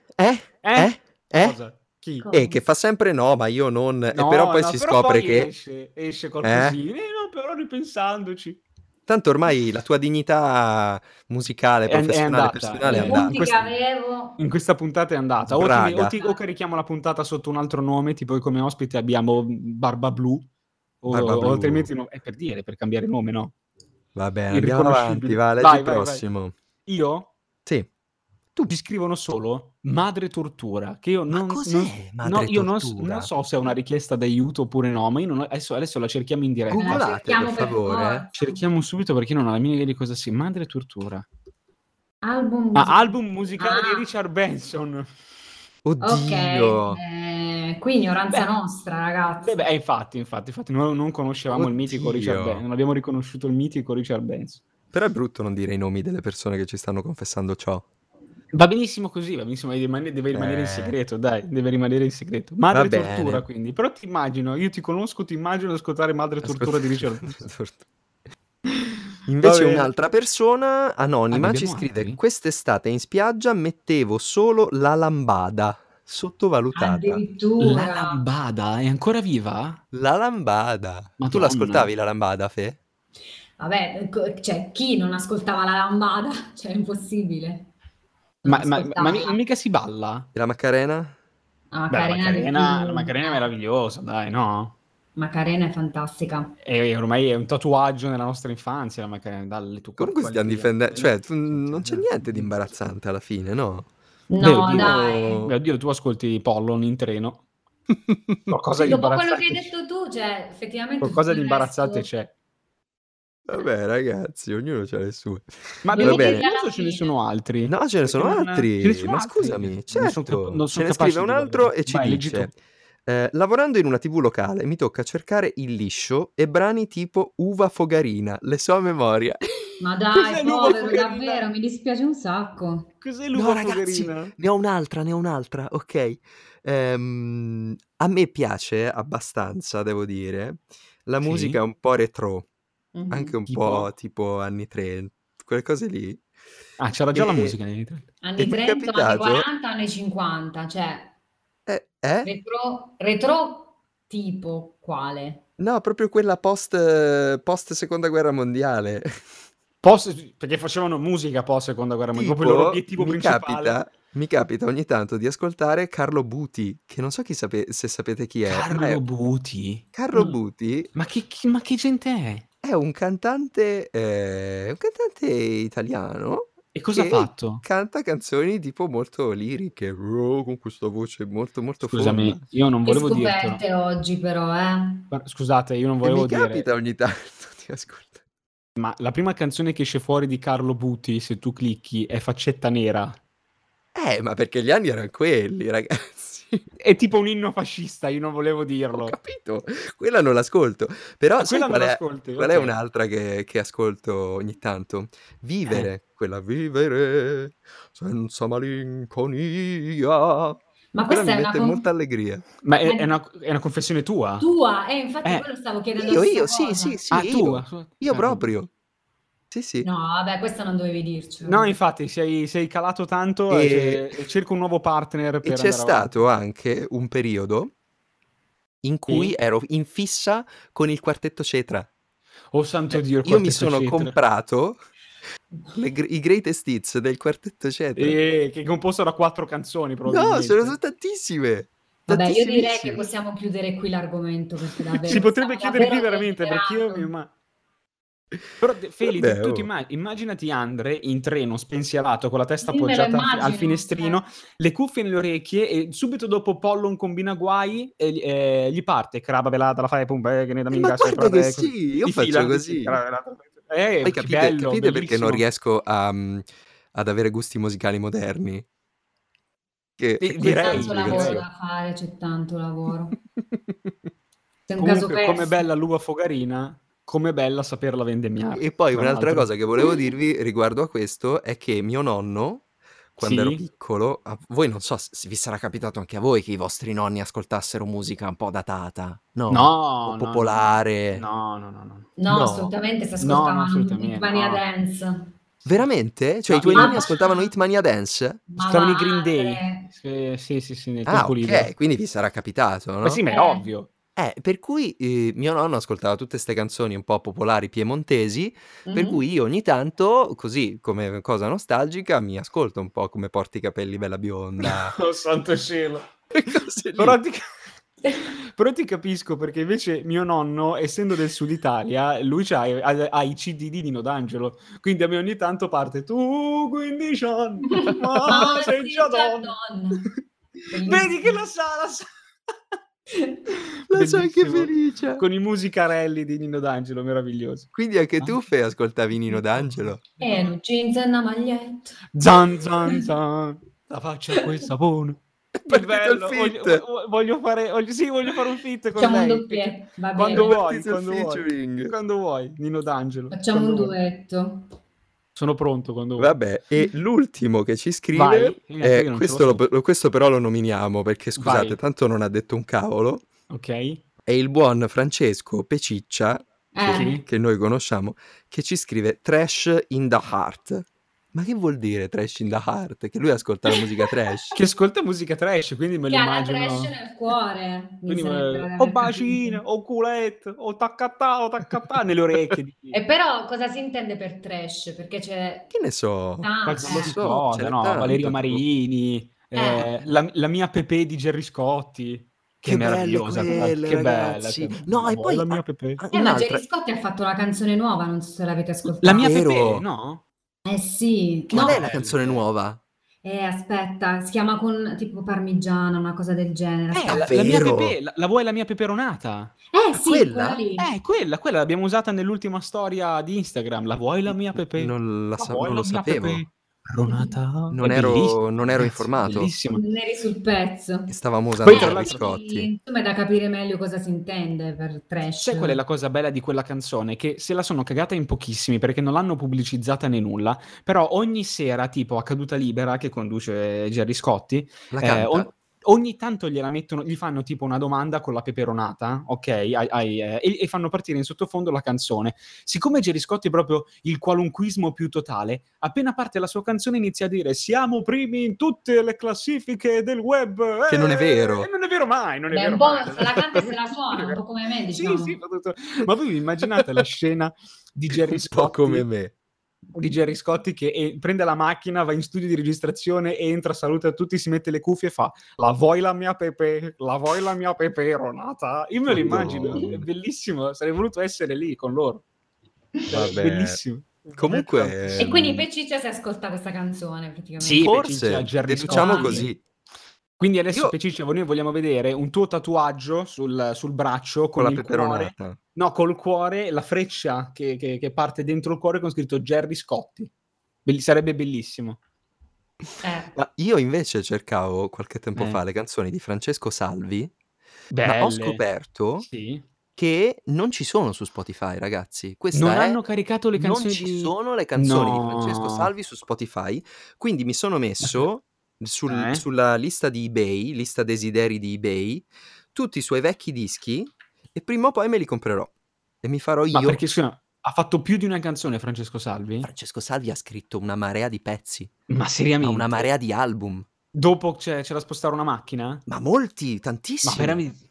Cosa? Chi? Che fa sempre no, ma io non... No, però poi si scopre poi che... Esce qualcosina. No, però ripensandoci. Tanto ormai la tua dignità musicale, professionale, personale è andata. In questa puntata è andata. O carichiamo la puntata sotto un altro nome, tipo come ospite abbiamo Barba Blu, o altrimenti no, è per dire, per cambiare nome, no? Va bene, andiamo avanti, leggi il prossimo. Vai. Io? Sì. Tu ti scrivono solo madre tortura, che io non... Ma cos'è madre tortura? Io non so se è una richiesta d'aiuto oppure no, ma io adesso la cerchiamo in diretta. Googlate, per favore. Cerchiamo subito perché non ho la minima idea di cosa sia. Madre tortura. Album musicale di Richard Benson. Oddio. Qui ignoranza nostra, ragazzi. Infatti non conoscevamo il mitico Richard Benson, non abbiamo riconosciuto il mitico Richard Benson. Però è brutto non dire i nomi delle persone che ci stanno confessando ciò. Va benissimo così, deve rimanere in segreto, dai, deve rimanere in segreto. Madre tortura, quindi. Però ti immagino, io ti conosco, ti immagino ascoltare Madre tortura di Richard Benson. Invece un'altra persona anonima ci scrive: quest'estate in spiaggia mettevo solo la lambada, sottovalutata. Addirittura. La lambada è ancora viva? La lambada. Madonna. Tu l'ascoltavi la lambada, Fe? Vabbè, cioè chi non ascoltava la lambada? Cioè è impossibile. Ma mica si balla? E la Macarena? La Macarena è meravigliosa, dai, no? Macarena è fantastica. E ormai è un tatuaggio nella nostra infanzia, la Macarena, dalle tue comunque stiamo difendendo, cioè non c'è niente di imbarazzante alla fine, no? No, dai. Oddio, tu ascolti Pollon in treno. Qualcosa di imbarazzante. Dopo quello che hai detto tu, cioè, effettivamente qualcosa di imbarazzante c'è. Vabbè, ragazzi, ognuno ha le sue. Ma ce ne sono altri? No, ce ne sono altri. Ma scusami, certo. Ce ne scrive un altro e ci dice: lavorando in una TV locale mi tocca cercare il liscio e brani tipo Uva Fogarina, le so a memoria. Ma dai, povero, davvero, mi dispiace un sacco. Cos'è l'uva fogarina? Ragazzi, ne ho un'altra, ok. A me piace abbastanza, devo dire. La musica è un po' retro. Anche un po' tipo anni 30, quelle cose lì. C'era già la musica negli anni 30. Anni 30, anni 40, anni 50, cioè... Retro tipo quale? No, proprio quella post seconda guerra mondiale. Perché facevano musica post seconda guerra mondiale, proprio il loro obiettivo principale. Mi capita ogni tanto di ascoltare Carlo Buti, che non so se sapete chi è. Carlo Buti? Carlo Buti? Ma che gente è? È un cantante italiano E cosa ha che fatto? canta canzoni tipo molto liriche, con questa voce molto molto fonda. Scusami, io non Che volevo dirtelo. scoperte oggi però, eh? Scusate, io non E mi volevo dire, capita ogni tanto di ascoltare. ma la prima canzone che esce fuori di Carlo Buti, se tu clicchi, è Faccetta Nera. Ma perché gli anni erano quelli, ragazzi. È tipo un inno fascista, io non volevo Ho dirlo. capito, quella non l'ascolto. Però sai Quella non l'ascolti, qual è ok. un'altra che ascolto ogni tanto? Eh. Vivere, quella vivere senza malinconia. Ma Quella questa mi è una mette molta allegria. Ma ma è una confessione tua? tua, infatti Eh, quello stavo chiedendo la stessa Sì, sì, cosa. sì, tua. io proprio. Sì, sì. No, vabbè, questa non dovevi dircelo. No, infatti, sei calato tanto E, e cerco un nuovo partner e per c'è andare avanti. stato anche un periodo in cui Sì? ero in fissa con il Quartetto Cetra. Oh santo Dio, il Io mi Quartetto sono Cetra. comprato i greatest hits del Quartetto Cetra. Che è composto da 4 canzoni, No, probabilmente. sono tantissime. Vabbè, io direi che Tantissimissime. possiamo chiudere qui l'argomento perché davvero Si potrebbe stiamo chiudere qui davvero veramente, perché io deliberando. Però, Feli, Vabbè, tu oh. immaginati Andre in treno, spensierato, con la testa Sì, me lo appoggiata al immagino, finestrino, le cuffie nelle orecchie e subito dopo Pollon combina guai e gli parte craba velata, la fai pum, che ne da Ma minga guarda sempre, che così. sì, io Di faccio fila, così. craba velata. Poi Che bello, capite perché non bellissimo. riesco ad avere gusti musicali moderni? È C'è questa la tanto lavoro direi. spiegazione. da fare, c'è tanto lavoro. Sei un caso Comunque, come perso. bella l'uva fogarina, come bella saperla vendemmiare, E poi tra un'altra l'altro. cosa che volevo dirvi riguardo a questo è che mio nonno, quando ero Sì? piccolo, a voi non so se vi sarà capitato anche a voi che i vostri nonni ascoltassero musica un po' datata, no? O No, no, no, no. popolare. No, no, no, no. No, No? assolutamente, si No, no, ascoltavano assolutamente, Hitmania no. Dance. Veramente? Cioè i No, tuoi Ma nonni va, ascoltavano Hitmania Dance? ma va, ascoltavano i Green Day. Andre. Sì, nel Ah, tempo libero. ok, quindi vi sarà capitato, Ma sì, no? ma è ovvio. Per cui mio nonno ascoltava tutte ste canzoni un po' popolari piemontesi, per Mhm. cui io ogni tanto, così come cosa nostalgica, mi ascolto un po' come Porti i capelli bella bionda, Oh santo cielo. cose Però lì. ti... Però ti capisco perché invece mio nonno, essendo del sud Italia, lui ha i CD di Nino D'Angelo, quindi a me ogni tanto parte tu 15 anni, ma Ma sei sì, già già donna. donna. Vedi che Bellissimo. la sa. La sai che Bellissimo. felice! Con i musicarelli di Nino D'Angelo, meraviglioso. Quindi anche tu, Fe, ascoltavi Nino D'Angelo? E un jeans e una maglietta. Zan zan zan, la faccia a quel sapone. È Che partito il bello, feat! voglio fare un feat con Facciamo un lei. doppietto, va Quando È bene. vuoi, partito il featuring! quando vuoi, Nino D'Angelo, Facciamo quando un vuoi. duetto. Sono pronto quando vuoi. Vabbè, e l'ultimo che ci Vai, scrive, io non ce lo so. questo però lo nominiamo perché scusate, Vai, tanto non ha detto un cavolo, ok? è il buon Francesco Peciccia, Sì. che noi conosciamo, che ci scrive Trash in the Heart. Ma che vuol dire Trash in the Heart? Che lui ascolta la musica trash? Che ascolta musica trash, quindi me lo Che ha la trash immagino. nel cuore. Mi Quindi, sembra di o aver bacine, capito. o culette, o taccatà nelle orecchie. E però cosa si intende per trash? Perché c'è... Che ne so? Ah, Non lo Qualsiasi so, ce cosa, n'è no? Valerio tanta. Marini, eh. la mia Pepe di Gerry Scotti, che è Che belle meravigliosa, quelle, che bella, ragazzi. No, la e vuoi poi la mia Pepe? Ma un'altra. Gerry Scotti ha fatto una canzone nuova, non so se l'avete La mia ascoltata. Pepe, Vero? no? Eh sì, Qual no, è la canzone nuova? aspetta, si chiama con tipo parmigiana, una cosa del genere. Aspetta. La mia Davvero? Pepe, la vuoi la mia peperonata? Sì, quella Quella? lì. Quella l'abbiamo usata nell'ultima storia di Instagram. La vuoi la mia Pepe? Non La vuoi lo la mia sapevo. Pepe? Peperonata? È Non bellissima, ero ragazzi, informato bellissima. Non eri sul pezzo. che stavamo usando Poi tra Gerry l'altro, Scotti. Insomma, è da capire meglio cosa si intende per trash. sai qual è la cosa bella di quella canzone? Che se la sono cagata in pochissimi perché non l'hanno pubblicizzata né nulla, però ogni sera, tipo a Caduta Libera, che conduce Gerry Scotti, La canta? ogni tanto gliela mettono, gli fanno tipo una domanda con la peperonata, ok? E fanno partire in sottofondo la canzone. Siccome Gerry Scotti è proprio il qualunquismo più totale, appena parte la sua canzone inizia a dire siamo primi in tutte le classifiche del web. Che non è vero. E non è vero mai, non è Beh, vero un po' mai. se la canta e se la suona, un po' come me, diciamo. Sì, fa tutto. Ma voi vi immaginate la scena di Gerry Un po' Scotti? come me. Di Gerry Scotti che prende la macchina, va in studio di registrazione, entra, saluta tutti, si mette le cuffie e fa la vuoi la mia Pepe? La vuoi la mia peperonata? Io me lo immagino, Madonna. è bellissimo, sarei voluto essere lì con loro. Vabbè. Bellissimo. Comunque, E quindi Peciccia si ascolta questa canzone praticamente. Sì, forse, Peciccia, Gerry deduciamo Scotti. così. Quindi adesso, Io- Peciccia, noi vogliamo vedere un tuo tatuaggio sul braccio Con con la il cuore. peperonata. No, col cuore, la freccia che parte dentro il cuore con scritto Gerry Scotti. Sarebbe bellissimo. Ma io invece cercavo qualche tempo Eh. fa le canzoni di Francesco Salvi, ma Belle. ho scoperto Sì. che non ci sono su Spotify, ragazzi. Questa Non è... hanno caricato le canzoni Non ci di... sono le canzoni di No. Francesco Salvi su Spotify, quindi mi sono messo Eh? sulla lista di eBay, lista desideri di eBay, tutti i suoi vecchi dischi e prima o poi me li comprerò e mi farò Ma io. perché scusa, ha fatto più di una canzone Francesco Salvi? Francesco Salvi ha scritto una marea di pezzi, Ma ha seriamente? una marea di album, Dopo c'è da spostare una macchina? ma molti, Ma tantissimi. veramente...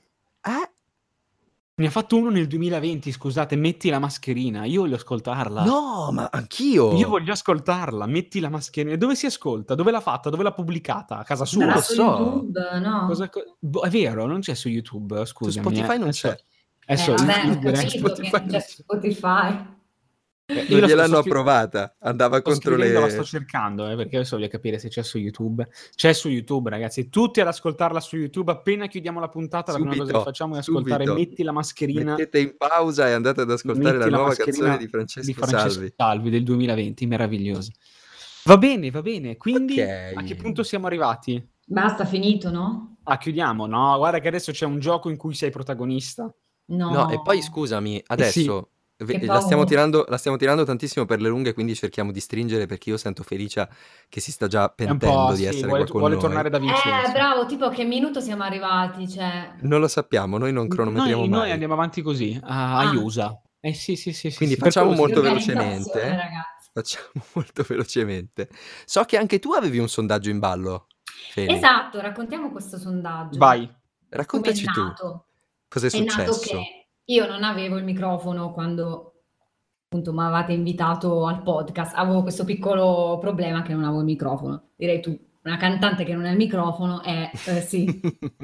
Ne ha fatto uno nel 2020, scusate, metti la mascherina. Io voglio ascoltarla. No, ma anch'io. Io voglio ascoltarla, metti la mascherina. Dove si ascolta? Dove l'ha fatta? Dove l'ha pubblicata? A casa sua? Non Sarà lo su so. YouTube, no? È vero, non c'è su YouTube, Su scusami. Spotify non c'è. Adesso Vabbè, ho direi- capito che non c'è su Spotify. io Non la gliel'hanno sto scri- approvata, andava sto contro scrivendo, le... la sto cercando, perché adesso voglio capire se c'è su YouTube. C'è su YouTube, ragazzi. Tutti ad ascoltarla su YouTube. Appena chiudiamo la puntata, la prima cosa che facciamo è ascoltare subito. Metti la mascherina. Mettete in pausa e andate ad ascoltare Metti la nuova mascherina canzone di Francesco Salvi. Salvi del 2020, meravigliosa. Va bene. Quindi Ok. a che punto siamo arrivati? Basta, finito, no? Chiudiamo. No, guarda che adesso c'è un gioco in cui sei protagonista. No. No, e poi scusami, adesso Che la stiamo paura. tirando tantissimo per le lunghe, quindi cerchiamo di stringere perché io sento Felicia che si sta già È un pentendo po', di sì, essere vuole qua con noi. tornare da Vincenzo. Bravo, tipo a che minuto siamo arrivati? Cioè... Non lo sappiamo, noi non cronometriamo Noi mai. andiamo avanti così, a Iusa. Sì. Quindi Per facciamo quello molto Organizzazione, velocemente. ragazzi. Facciamo molto velocemente. So che anche tu avevi un sondaggio in ballo, Feli. Esatto, raccontiamo questo sondaggio. Vai. Raccontaci Come è tu. nato? Cosa è È nato successo? che io non avevo il microfono quando appunto mi avevate invitato al podcast. Avevo questo piccolo problema che non avevo il microfono. Direi tu, una cantante che non ha il microfono è sì.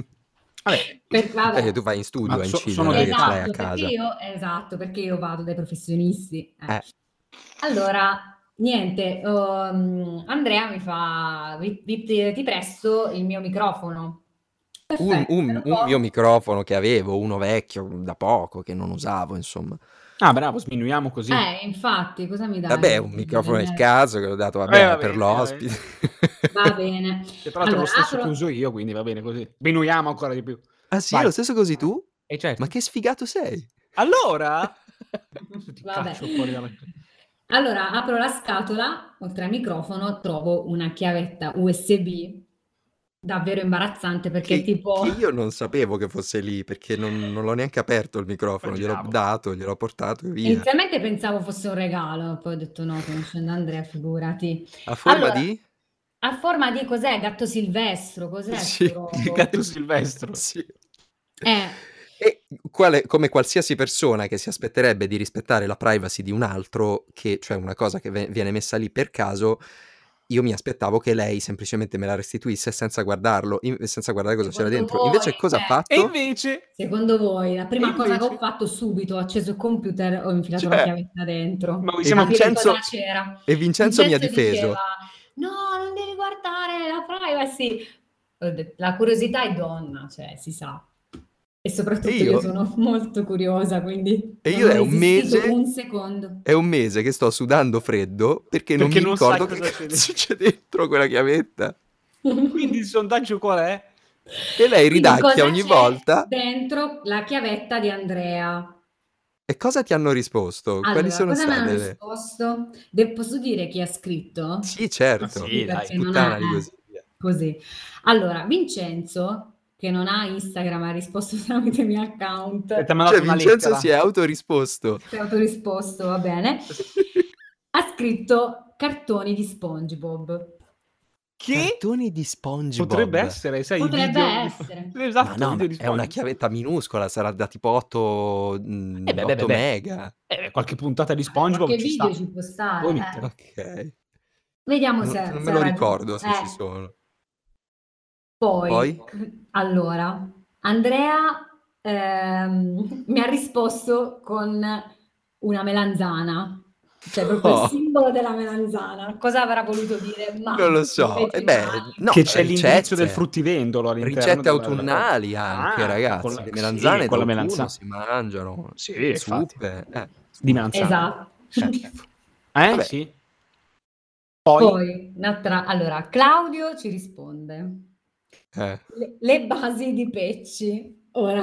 Vabbè. Tu vai in studio a incidere, sono non è che ce l'hai a Esatto, casa. perché io vado dai professionisti. Eh. Allora, niente, Andrea mi fa, ti presto il mio microfono. Perfetto, Un mio microfono che avevo, uno vecchio da poco, che non usavo, insomma. Bravo, sminuiamo così. Infatti, cosa mi dai? Vabbè, un microfono del caso che l'ho dato, vabbè, per l'ospite. Va bene. Che tra l'altro è lo stesso che uso io, quindi va bene così. Sminuiamo ancora di più. Ah sì, Vai. lo stesso così tu? Certo. Ma che sfigato sei? Allora? Ti Vabbè. caccio fuori dalla... Allora, apro la scatola, oltre al microfono trovo una chiavetta USB davvero imbarazzante perché Che tipo... io non sapevo che fosse lì, perché non l'ho neanche aperto il microfono, gliel'ho dato, gliel'ho portato e via. Inizialmente pensavo fosse un regalo, poi ho detto no, conoscendo Andrea, figurati. A forma di? A forma di cos'è? Gatto silvestro, cos'è? Sì, gatto silvestro. Sì. E come qualsiasi persona che si aspetterebbe di rispettare la privacy di un altro, cioè una cosa che viene messa lì per caso, io mi aspettavo che lei semplicemente me la restituisse senza guardarlo, senza guardare cosa c'era dentro. Invece cosa ha fatto? E invece? Secondo voi, la prima cosa che ho fatto subito, ho acceso il computer, ho infilato la chiavetta dentro. Ma e Vincenzo mi ha difeso. Diceva, no, non devi guardare la privacy. Ho detto, la curiosità è donna, cioè si sa. E soprattutto io sono molto curiosa, quindi e io è un mese che sto sudando freddo perché non mi ricordo che cazzo c'è dentro quella chiavetta. Quindi il sondaggio qual è? E lei ridacchia ogni volta dentro la chiavetta di Andrea. E cosa ti hanno risposto? Allora, quali sono cosa state? Mi hanno risposto? Posso dire chi ha scritto? Sì, certo. Sì, dai, puttana di così. Allora, Vincenzo, che non ha Instagram, ha risposto tramite il mio account. Cioè, Vincenzo si è autorisposto. Si è autorisposto, va bene. Ha scritto cartoni di SpongeBob. Che? Cartoni di SpongeBob. Potrebbe essere, sai, Potrebbe essere. Esatto, ma no, è una chiavetta minuscola, sarà da tipo 8 mega. Qualche puntata di SpongeBob qualche ci video sta. ci può stare. Ok. Vediamo non me lo ricordo se ci sono. Poi? Allora, Andrea mi ha risposto con una melanzana. Cioè, proprio il Oh, simbolo della melanzana. Cosa avrà voluto dire? non lo so. Vegetale. No, Che c'è l'indirizzo del ricette. fruttivendolo all'interno Ricette della... autunnali anche, con ragazzi. la... Le sì, melanzane con la d'autunno melanzana. si mangiano. Sì, Le infatti. zuppe. Di melanzana. Esatto. Schifo. Vabbè. Sì. Poi? Poi, un'altra... Allora, Claudio ci risponde. Le basi di Pecci. Ora...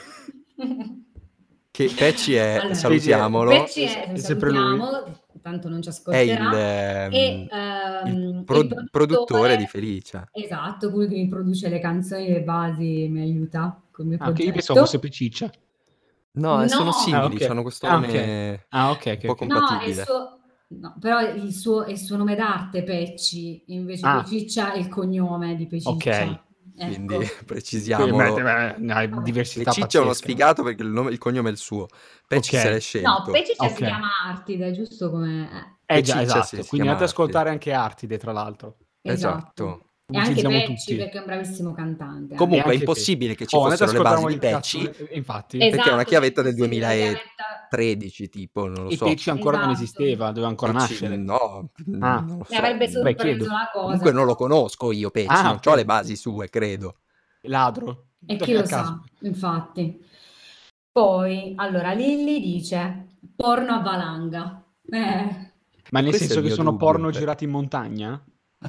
Che Pecci è, Allora, salutiamolo, Pecci è lo sempre lui. salutiamo, tanto non ci è ascolterà. E il il produttore di Felicia. esatto, colui che mi produce le canzoni, le basi, mi aiuta con il mio Che io progetto. pensavo fosse Peciccia. No, sono No, simili, ok. hanno questo Ah, nome ok, un po' ok. no, è il compatibile. suo, no, però è il suo nome d'arte, Pecci, invece Ah. Peciccia è il cognome di Peciccia. Ok. Quindi Ecco. precisiamolo. Diversità Peciccia è uno pazzesca. sfigato perché il cognome è il suo. Pecci Ok. se l'è No, scelto. Peciccia si Ok. chiama Artide, giusto come... Già, Peciccia esatto. si Quindi chiama andate ad Artide. ascoltare anche Artide, tra l'altro. Esatto. E anche Utilizziamo Pecci, tutti. perché è un bravissimo cantante. Comunque è anche impossibile che ci andate ad fossero le basi ascoltare di il cazzo, Pecci, infatti. Esatto, perché è una chiavetta cioè, del sì, la chiavetta... 2013, tipo, non lo E so. Pecci ancora non Esatto. esisteva, doveva ancora Pecci, nascere. no, non lo Ne so. avrebbe sorpreso chiedo. la cosa. Comunque non lo conosco io, Pecci, non ok. ho le basi sue, credo. Ladro. E chi lo sa, infatti. Poi, allora, Lilli dice porno a valanga. Ma nel Questo è senso il che mio sono dubbio, porno perché- girati in montagna?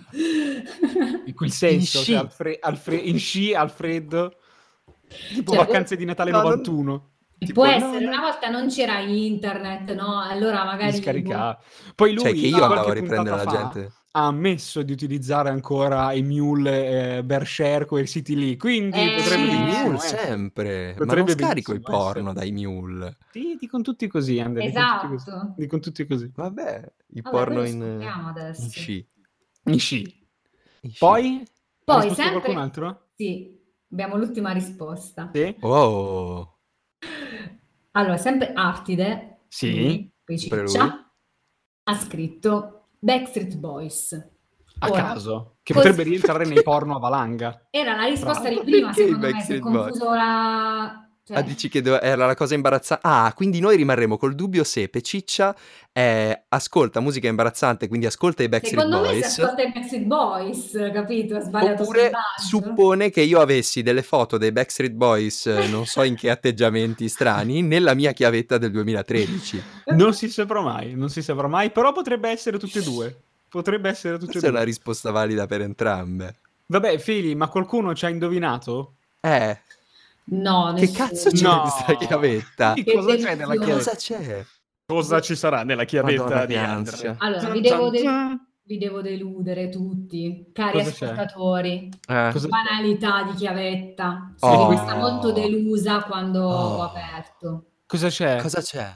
In quel senso, In cioè sci. in sci al freddo, tipo Cioè, vacanze di Natale No, 91. può tipo, essere, una volta non c'era internet, no? Allora Di magari... scaricare. Poi Cioè, che lui, io No. andavo a qualche riprendere puntata la fa, gente. ha ammesso di utilizzare ancora i mule Berserk e siti lì, quindi potrebbe Sì, i benissimo mule essere. sempre, ma non Potrebbe scarico i benissimo essere. porno dai mule. Sì, dicono tutti così, Ander, dicono tutti così. Esatto. Dicono tutti così. Vabbè, i Vabbè, poi porno lo in scopriamo adesso. sci. In sci. In sci. Poi? Ha Poi risposto sempre... qualcun altro? Sì, abbiamo l'ultima risposta. Sì? Oh, Allora, sempre Artide, Sì. lui, sempre lui. Peciccia, ha scritto Backstreet Boys. A Ora, caso. Che così- potrebbe rientrare nei porno a valanga. Era la risposta di Ma prima, perché i secondo me, si è Backstreet Boys? confuso la... Ah, dici che era la cosa imbarazzante? Ah, quindi noi rimarremo col dubbio se Peciccia ascolta musica imbarazzante, quindi ascolta i Backstreet Secondo me si Boys, ascolta i Backstreet Boys, capito? Ha sbagliato oppure sondaggio. suppone che io avessi delle foto dei Backstreet Boys, non so in che atteggiamenti strani, nella mia chiavetta del 2013. Non si saprà mai, però potrebbe essere tutte e due. Potrebbe essere tutte e Questa è due. una risposta valida per entrambe. Vabbè, Fili, ma qualcuno ci ha indovinato? No, Che nessuno. cazzo c'è in questa chiavetta? Sì, Che cosa c'è nella delusione. chiavetta? Cosa c'è? Cosa ci sarà nella chiavetta Madonna, di che Andre? ansia. Allora, vi devo deludere tutti, cari Cosa c'è? ascoltatori. Cosa- Banalità di chiavetta. Oh. Sono rimasta molto delusa quando ho aperto. Cosa c'è? Cosa c'è?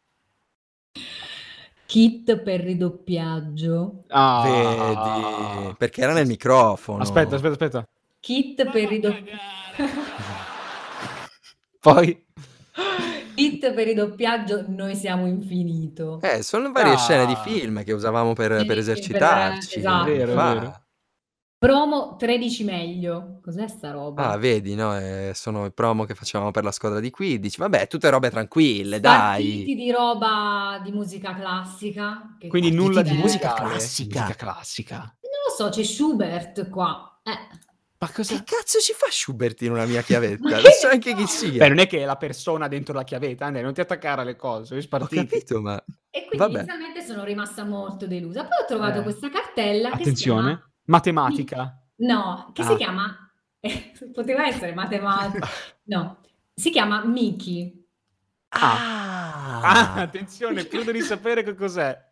Kit per ridoppiaggio. Vedi? Perché era nel microfono. Aspetta. Kit per ridoppiaggio. Poi? Kit per ridoppiaggio, noi siamo infinito. Sono varie scene di Ah. film che usavamo per Sì, esercitarci. esatto. Vero. Promo 13 meglio. Cos'è sta roba? Ah, vedi, no? Sono i promo che facevamo per la squadra di Quidditch. Vabbè, tutte robe tranquille, dai. Partiti di roba di musica classica. Che Quindi Partiti nulla di di musica musicale. classica. Musica classica. Non lo so, c'è Schubert qua. Ma cosa? Che cazzo ci fa Schubert in una mia chiavetta? Ma Non che so ne neanche so? chi sia. Beh, non è che è la persona dentro la chiavetta, Andrea, non ti attaccare alle cose, sono Ho spartiti. capito, ma... E quindi Vabbè. inizialmente sono rimasta molto delusa. Poi ho trovato questa cartella che si Attenzione. chiama... Matematica. No, che si chiama... poteva essere matematica. No, si chiama Miki. Attenzione, credo di sapere che cos'è.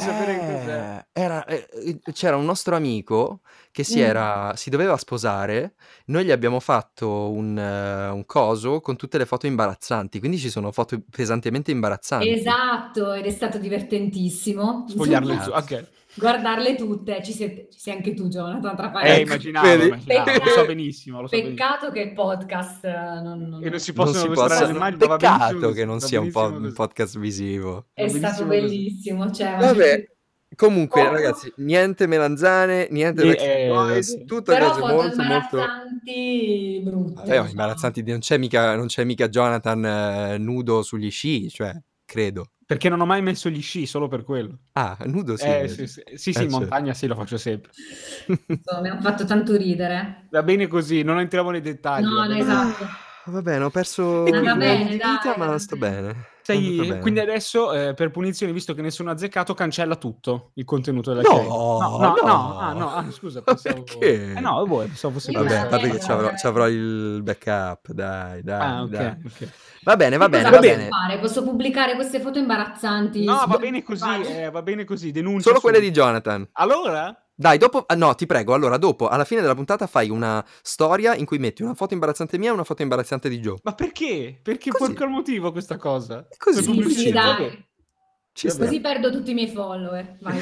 C'era un nostro amico che si doveva sposare. Noi gli abbiamo fatto un coso con tutte le foto imbarazzanti, quindi ci sono foto pesantemente imbarazzanti. Esatto, ed è stato divertentissimo. Sfogliarle tu, ok. Guardarle tutte, ci sei anche tu, Jonathan, tra parentesi. Immaginavo, lo so Peccato- benissimo. Peccato che il podcast non E non si Non possono si mostrare possa... le immagini, ma va Peccato benissimo che non così, sia va un benissimo così. podcast visivo. è stato bellissimo. Cioè, ma Vabbè, comunque Oh. ragazzi, niente melanzane, niente Backstreet Boys, sì. tutte però cose foto molto molto... imbarazzanti brutte. Vabbè, ma imbarazzanti, non c'è mica Jonathan nudo sugli sci, cioè, credo. Perché non ho mai messo gli sci, solo per quello. Ah, nudo sì. Sì, in certo. montagna sì, lo faccio sempre. Mi ha fatto tanto ridere. Va bene così, non entriamo nei dettagli. No, va bene. esatto. Va bene, ho perso E un quindi- anno di Dai, vita, ma dai. sto bene. Sai, È andata bene. quindi adesso, per punizione, visto che nessuno ha azzeccato, cancella tutto il contenuto della No, chiave. no. Scusa, Ma pensavo... perché? no, pensavo fosse Io Vabbè, a la parte che tengo, c'avrò il backup, dai. ok. Va bene, va Che bene, cosa va posso bene. fare? Posso pubblicare queste foto imbarazzanti? No, su va tutte bene le così, pagine? denuncia Solo quelle di subito. Jonathan. Allora? Dai, dopo... no, ti prego, allora dopo, alla fine della puntata fai una storia in cui metti una foto imbarazzante mia e una foto imbarazzante di Joe. Ma perché? Perché Così. per qual motivo questa cosa? Così. Per Sì, pubblicità? dai. Vabbè. Ci Vabbè. sta. Così perdo tutti i miei follower. Vai.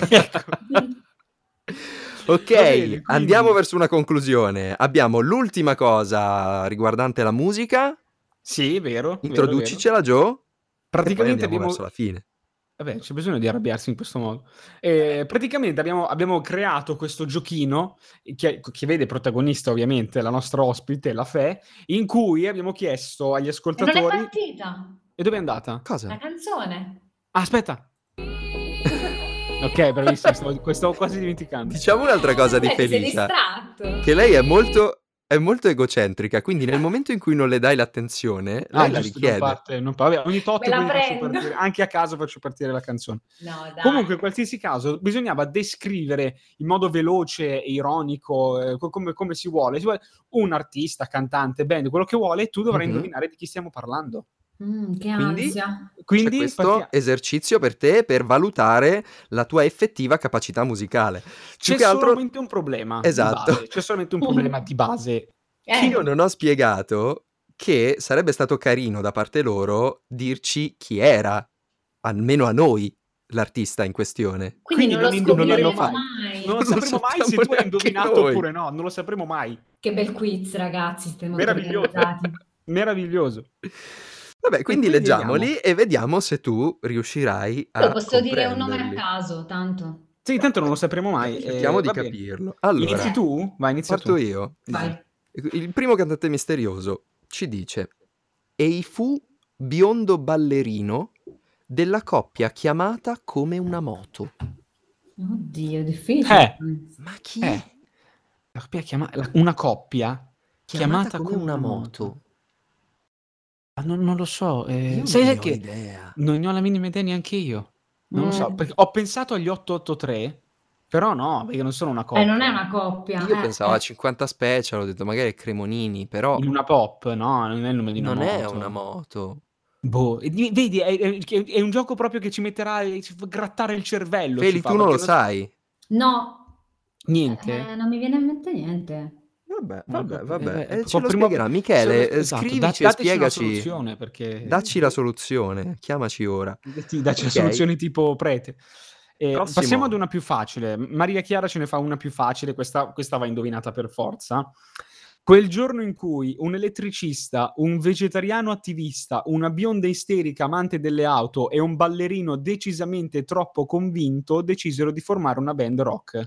Ok, Va bene, quindi- andiamo verso una conclusione. Abbiamo l'ultima cosa riguardante la musica. Sì, vero. Introducicela, Joe. Praticamente e poi andiamo abbiamo... verso la fine. Vabbè, c'è bisogno di arrabbiarsi in questo modo. Praticamente abbiamo creato questo giochino che vede protagonista ovviamente la nostra ospite, la Fe, in cui abbiamo chiesto agli E non è ascoltatori... partita. E dove è andata? Cosa? La canzone. Ah, aspetta! Ok, bravissimo, stavo quasi dimenticando. Diciamo un'altra cosa di Ti sei Felicia. distratto. Che lei è molto egocentrica, quindi nel momento in cui non le dai l'attenzione, lei la giusto, richiede. vabbè, ogni tot Me la quindi faccio prendo. partire, anche a caso faccio partire la canzone. No, dai. Comunque, in qualsiasi caso, bisognava descrivere in modo veloce e ironico, come si vuole. Un artista, cantante, band, quello che vuole, e tu dovrai indovinare di chi stiamo parlando. Che Quindi ansia. c'è questo esercizio per te per valutare la tua effettiva capacità musicale. C'è solamente un problema. Esatto. Di base. C'è solamente un problema di base. Io non ho spiegato che sarebbe stato carino da parte loro dirci chi era, almeno a noi, l'artista in questione. Quindi non lo scopriremo fatto. mai. Non lo sapremo mai se tu hai indovinato oppure no. Non lo sapremo mai. Che bel quiz, ragazzi. Siete molto Meraviglioso. organizzati. Meraviglioso. Vabbè, quindi leggiamoli e vediamo se tu riuscirai a Io posso dire un nome a comprenderli. caso, tanto. Sì, tanto non lo sapremo mai. Cerchiamo di va bene. capirlo. Allora, inizi tu? Vai, inizia parto tu. io. Vai. Il primo cantante misterioso ci dice: "Ei fu biondo ballerino della coppia chiamata come una moto". Oddio, difficile. Ma chi è? Una coppia Chiamata come una moto. Non lo so. Io Sai non ne ho che idea. non ne ho la minima idea neanche io. Non lo so. Perché ho pensato agli 883, però no, perché non sono una coppia. Non è una coppia. Io pensavo a 50 Special, ho detto magari è Cremonini, però In una pop, no, non è il nome di una non moto. è una moto. Boh, vedi, è un gioco proprio che ci metterà ci fa grattare il cervello. Feli, tu non lo sai. No. Niente? Non mi viene in mente niente. Vabbè. Ce lo spiegherà. Michele, scrivici e dateci una spiegaci. soluzione, perché... Dacci la soluzione, chiamaci ora. Dacci la soluzione tipo prete. Prossimo. Passiamo ad una più facile. Maria Chiara ce ne fa una più facile, questa va indovinata per forza. Quel giorno in cui un elettricista, un vegetariano attivista, una bionda isterica amante delle auto e un ballerino decisamente troppo convinto decisero di formare una band rock.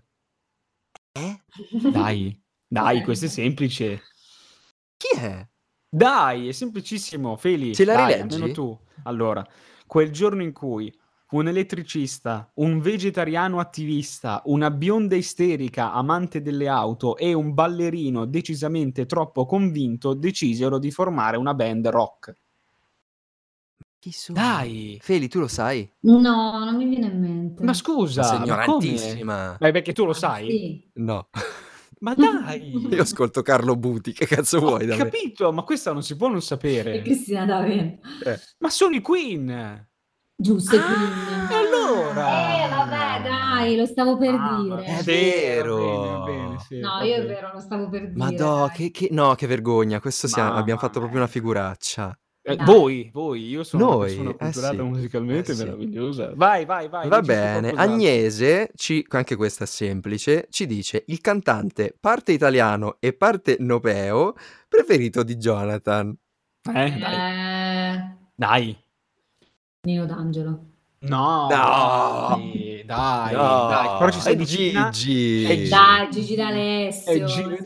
Dai, questo è semplice. Chi è? Dai, è semplicissimo, Feli. Ce la dai, rileggi? almeno tu. Allora, quel giorno in cui un elettricista, un vegetariano attivista, una bionda isterica amante delle auto e un ballerino decisamente troppo convinto decisero di formare una band rock. Chi sono? Dai! Feli, tu lo sai? No, non mi viene in mente. Ma scusa, Ma ma come? ignorantissima. Beh, perché tu lo sai? Sì. No. Ma dai! Io ascolto Carlo Buti, che cazzo vuoi da Ho me? capito, ma questa non si può non E sapere. Cristina D'Avena. Ma sono i Queen! Giusto, quindi. E allora? Vabbè, dai, lo stavo per dire. È Sì, vero. va bene, sì, No, va io è bene. vero, lo stavo per dire. Madò, dai. che vergogna. Questo Mamma abbiamo fatto proprio una mia. figuraccia. Voi, io sono una Noi, persona culturata sì, musicalmente sì. meravigliosa. Vai, Va dici tu bene, qualcos'altro. Agnese, anche questa è semplice, ci dice: il cantante parte italiano e parte nopeo preferito di Jonathan. Dai. Nino D'Angelo. No, dai. Però ci sei è vicina. Gigi. Dai, Gigi D'Alessio. È Gigi.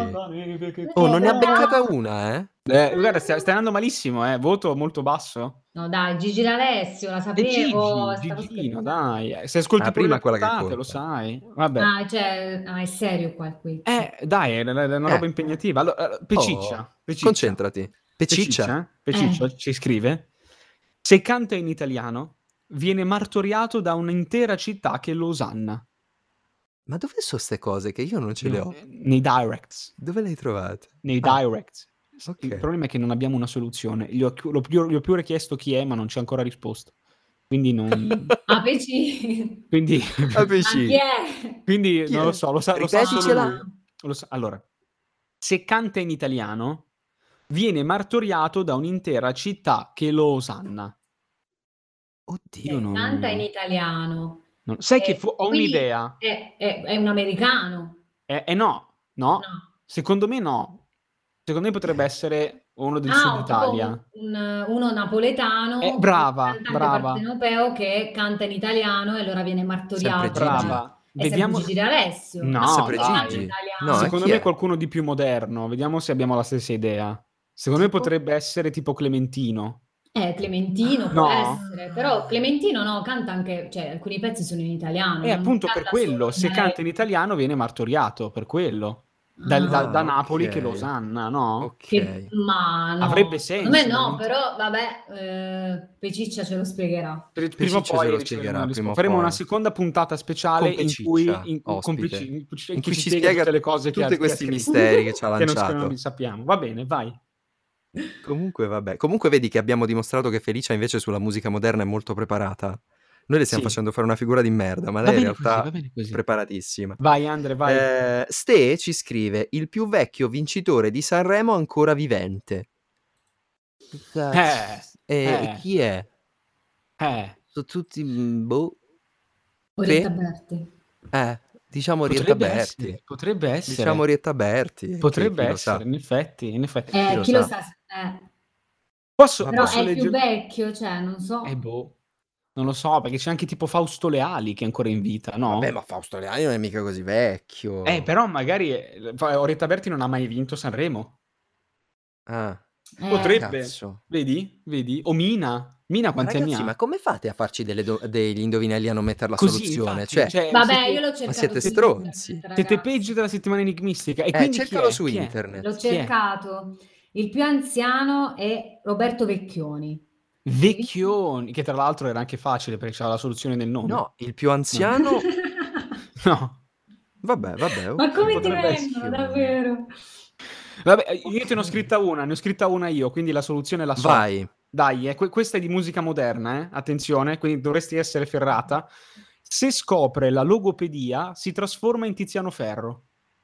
Oh, non ne ha beccata una, Guarda, stai andando malissimo, voto molto basso. No, dai, Gigi D'Alessio, la E sapevo, Gigi, stavo Gigino, scherzando. dai. Se ascolti Ah, pure prima le quella che puntate, lo conta. sai. Vabbè. È serio qua il quiz. Dai, è una roba impegnativa. Allora, Peciccia. Concentrati. Peciccia? Peciccia ci scrive: se canta in italiano, viene martoriato da un'intera città che lo osanna. Ma dove sono ste cose che io non ce le ho? Nei directs. Dove le hai trovate? Nei directs. ok. Il problema è che non abbiamo una soluzione. Gli ho più richiesto chi è, ma non ci ha ancora risposto. Quindi non... APC. Quindi, Ma chi è? quindi Chi non è? lo so, lo sa solo Ripeticela. lui. Lo sa- Allora, se canta in italiano, viene martoriato da un'intera città che lo osanna. Oddio. non- Canta in italiano. Sai che ho Quindi un'idea. È un americano. No. No. Secondo me no. Secondo me potrebbe essere uno del Ah, sud tipo Italia. uno napoletano, Brava, un cantante brava. partenopeo che canta in italiano e allora viene martoriato. Sempre Gigi. Brava. È sempre Gigi D'Alessio. No, sempre dai. Gigi. Italiano. No, Secondo chi me è? qualcuno di più moderno. Vediamo se abbiamo la stessa idea. Secondo me Tipo? potrebbe essere tipo Clementino. Clementino No. può essere, però Clementino no, canta anche, cioè alcuni pezzi sono in italiano. E non appunto per canta quello, solo se in canta in italiano viene martoriato, per quello. Da Ah, Napoli ok. che lo osanna, no? Ok. Ma no, Avrebbe secondo me senso, no, no? però vabbè, Peciccia ce lo spiegherà. Prima o Peciccia ce poi lo riceveremo spiegherà, una prima risposta. o Faremo una poi. seconda puntata speciale Con in cui Peciccia, ospite. in cui ci spiega tutte le cose che tutti che ha questi scritto, misteri che ci ha che lanciato. non sappiamo. Va bene, vai. Comunque vabbè. Comunque vedi che abbiamo dimostrato che Felicia invece sulla musica moderna è molto preparata. Noi le stiamo Sì. facendo fare una figura di merda, ma Va lei in bene così, realtà va bene così. preparatissima. Vai Andre, vai. Ste ci scrive: il più vecchio vincitore di Sanremo ancora vivente. Che cazzo? E chi è? Sono tutti boh. Orietta Berti. Diciamo Orietta Berti. Potrebbe essere. Diciamo Orietta Berti. Potrebbe chi lo essere, sa. in effetti. Chi lo sa? Posso Però è leggere? più vecchio, cioè non so. Non lo so, perché c'è anche tipo Fausto Leali che è ancora in vita, no? Vabbè, ma Fausto Leali non è mica così vecchio. Però magari Orietta Berti non ha mai vinto Sanremo. Potrebbe. Cazzo. Vedi? O Mina. Mina quanti anni ha? Ma come fate a farci degli indovinelli e a non mettere la Così, soluzione? infatti, Cioè, Vabbè, io l'ho cercato. ma siete su stronzi. internet, siete ragazzi. peggio della settimana enigmistica. E quindi cercalo su chi è? internet. L'ho cercato. Il più anziano è Roberto Vecchioni. Vecchioni, che tra l'altro era anche facile perché c'era la soluzione nel nome. No, il più anziano... No. Vabbè. Ma come ti Potrebbe vengono, davvero? Vabbè, io te ne ho scritta una io, quindi la soluzione la so. Vai. Dai, questa è di musica moderna, attenzione, quindi dovresti essere ferrata. Se scopre la logopedia, si trasforma in Tiziano Ferro.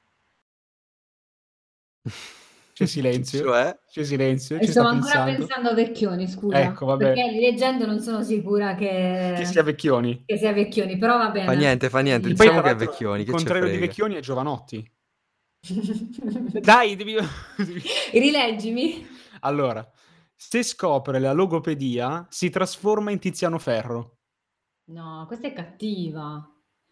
C'è silenzio. Cioè? C'è silenzio. E ci stavo sta ancora pensando. pensando a Vecchioni, scusa. Ecco, vabbè. Perché rileggendo non sono sicura che sia Vecchioni. Che sia Vecchioni, però va bene. Fa niente. Poi, Diciamo tra che è l'altro, Vecchioni. Il Che ce contrario di frega. Vecchioni è Giovanotti. Dai, Rileggimi. Allora, se scopre la logopedia, si trasforma in Tiziano Ferro. No, questa è cattiva.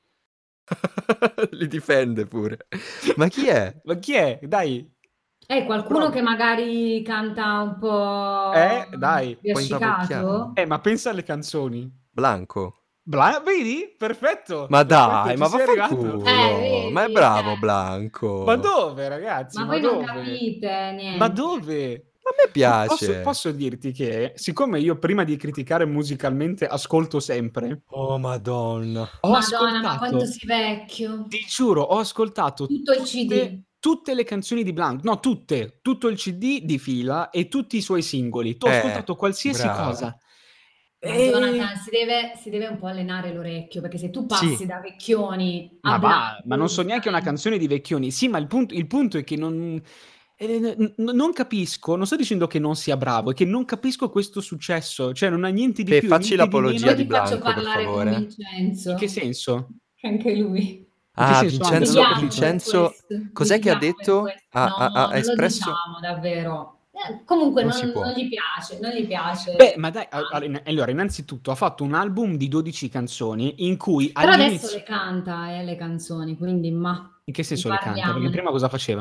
Li difende pure. Ma chi è? Ma chi è? Dai. È qualcuno che magari canta un po'... Dai. Biascicato? Ma pensa alle canzoni. Blanco. Vedi? Perfetto. Ma Perfetto, dai, ci ma sei vaffanculo. vedi, Ma è bravo Blanco. Ma dove, ragazzi? Ma voi non capite niente. Ma dove? A me piace. Posso dirti che, siccome io prima di criticare musicalmente ascolto sempre. Oh, Madonna. Ma quanto sei vecchio. Ti giuro, ho ascoltato tutto il CD. Tutte le canzoni di Blanco. No, tutte. Tutto il CD di fila e tutti i suoi singoli. Tu hai ascoltato qualsiasi cosa. Ma Jonathan, si deve un po' allenare l'orecchio, perché se tu passi da Vecchioni a Blanco... Ma non so neanche una canzone di Vecchioni. Sì, ma il punto è che non capisco, non sto dicendo che non sia bravo, è che non capisco questo successo, cioè non ha niente di più. Facci l'apologia di Blanco, faccio parlare per favore. con Vincenzo. In che senso? Anche lui. Vincenzo, cos'è che ha detto? Ha espresso... Non lo diciamo, davvero. Comunque non gli piace. Beh, ma dai, allora, innanzitutto ha fatto un album di 12 canzoni in cui adesso le canta le canzoni, quindi In che senso le canta? Perché prima cosa faceva?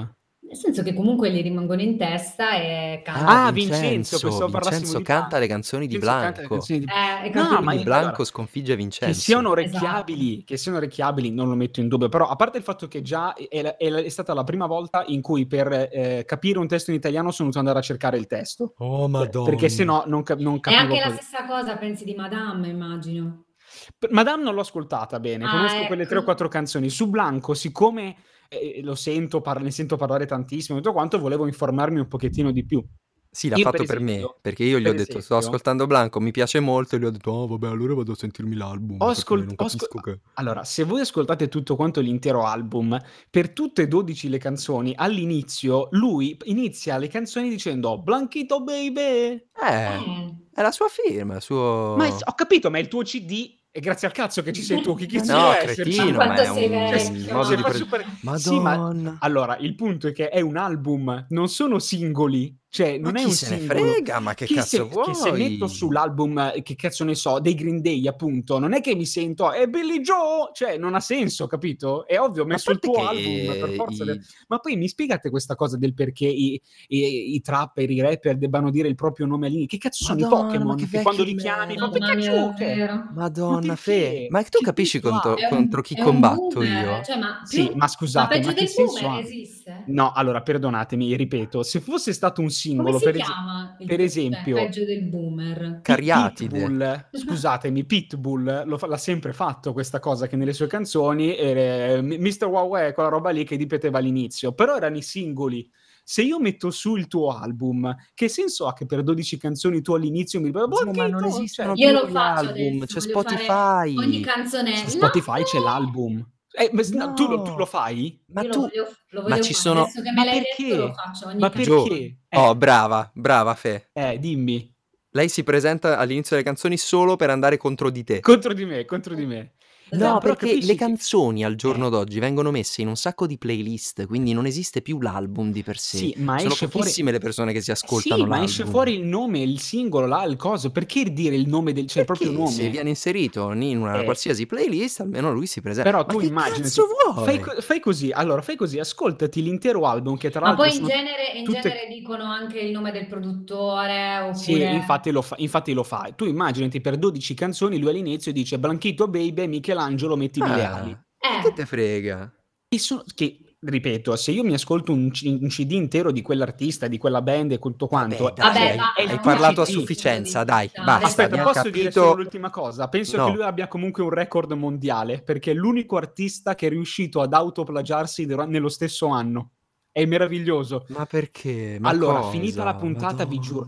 Nel senso che comunque gli rimangono in testa e cantano. Ah, Vincenzo, pensavo parlassimo Vincenzo di canta Blanco. le canzoni di Vincenzo canta le Blanco. canzoni di Hai No, capito? ma Quindi Blanco allora, sconfigge che Vincenzo. siano Esatto. orecchiabili, non lo metto in dubbio, però a parte il fatto che già è stata la prima volta in cui per capire un testo in italiano sono dovuto andare a cercare il testo. Oh, Cioè, Madonna. perché sennò non E capivo anche la cosa. stessa cosa pensi di Madame, immagino. Madame non l'ho ascoltata bene, conosco quelle 3 o ecco. 4 canzoni. Su Blanco, siccome ne sento parlare tantissimo e tutto quanto, volevo informarmi un pochettino di più. Sì, l'ha Io, fatto per per me, esempio, perché io gli ho per detto, sto esempio, ascoltando Blanco, mi piace molto, e lui ha detto, oh vabbè, allora vado a sentirmi l'album, ho perché non ascolt- ho capisco ascol- che... Allora, se voi ascoltate tutto quanto l'intero album, per tutte e 12 le canzoni, all'inizio lui inizia le canzoni dicendo Blanchito baby. È la sua firma, il suo... Ho capito, ma è il tuo CD e grazie al cazzo che ci sei tu. Chi Ma cazzo no, deve esserci? cretino, Ma ma quanto è sei un vecchio, modo Se di... fa mamma super... mia. Sì, ma Madonna. allora il punto è che è un album, non sono singoli. Cioè, Ma non è chi un se ne singolo. frega, ma che cazzo Che se metto vuoi? sull'album, che cazzo ne so, dei Green Day, appunto, non è che mi sento, è Billy Joe! Cioè, non ha senso, capito? È ovvio, ho Ma a messo il parte tuo album, per che forza. Ma poi mi spiegate questa cosa del perché i trapper, i rapper debbano dire il proprio nome all'inizio? Che cazzo sono i Madonna, ma Pokémon? che Che quando vecchio li di chiami, fa merda. Mamma mia, Pikachu! Cioè, ma Madonna, Fe. perché? Ma tu Che capisci senso ha? contro chi È un combatto boomer, io? cioè, ma Sì, ma scusate, peggio ma che del senso boomer ha? esiste? No, allora, perdonatemi, ripeto, se fosse stato un Come singolo, si chiama per esempio, peggio del boomer? Cariatide. Pitbull, scusatemi, Pitbull l'ha sempre fatto questa cosa che nelle sue canzoni Mr. Wow quella roba lì che ripeteva all'inizio, però erano i singoli. Se io metto su il tuo album, che senso ha che per 12 canzoni tu all'inizio mi ripeti Zio, ma non Blanchito? esistono Io più lo gli faccio album, adesso, c'è voglio fare ogni Spotify. canzone. Su No! Spotify c'è l'album. Ma no, tu lo fai? Ma Io tu... lo Ma voglio ci fare. sono... Adesso che me Ma l'hai detto lo perché? faccio ogni Ma canzone. perché? Oh, brava, brava Fe. Dimmi. Lei si presenta all'inizio delle canzoni solo per andare contro di te. Contro di me. No, Però perché le capisci che... canzoni al giorno d'oggi vengono messe in un sacco di playlist, quindi non esiste più l'album di per sé. Sì, ma Sono esce fuori... pochissime le persone che si ascoltano Sì, ma l'album. esce fuori il nome, il singolo, là, il coso. Perché dire il nome del... Cioè, il proprio Perché se nome? viene inserito in una qualsiasi playlist, almeno lui si presenta. Però Ma tu che immaginati, cazzo vuoi? fai così, ascoltati l'intero album, che tra Ma l'altro poi in sono genere dicono anche il nome del produttore Sì, oppure... infatti lo fa. Tu immaginati per 12 canzoni lui all'inizio dice Blanchito baby, Michelangelo mettimi le ali. E che te frega? Ripeto, se io mi ascolto un CD intero di quell'artista, di quella band e tutto quanto, Vabbè, hai parlato a CD. sufficienza, dai, No, basta, Aspetta, abbiamo posso dire solo capito. l'ultima cosa? Penso No. che lui abbia comunque un record mondiale, perché è l'unico artista che è riuscito ad autoplagiarsi nello stesso anno. È meraviglioso. Ma perché? Ma Allora, cosa? finita la puntata,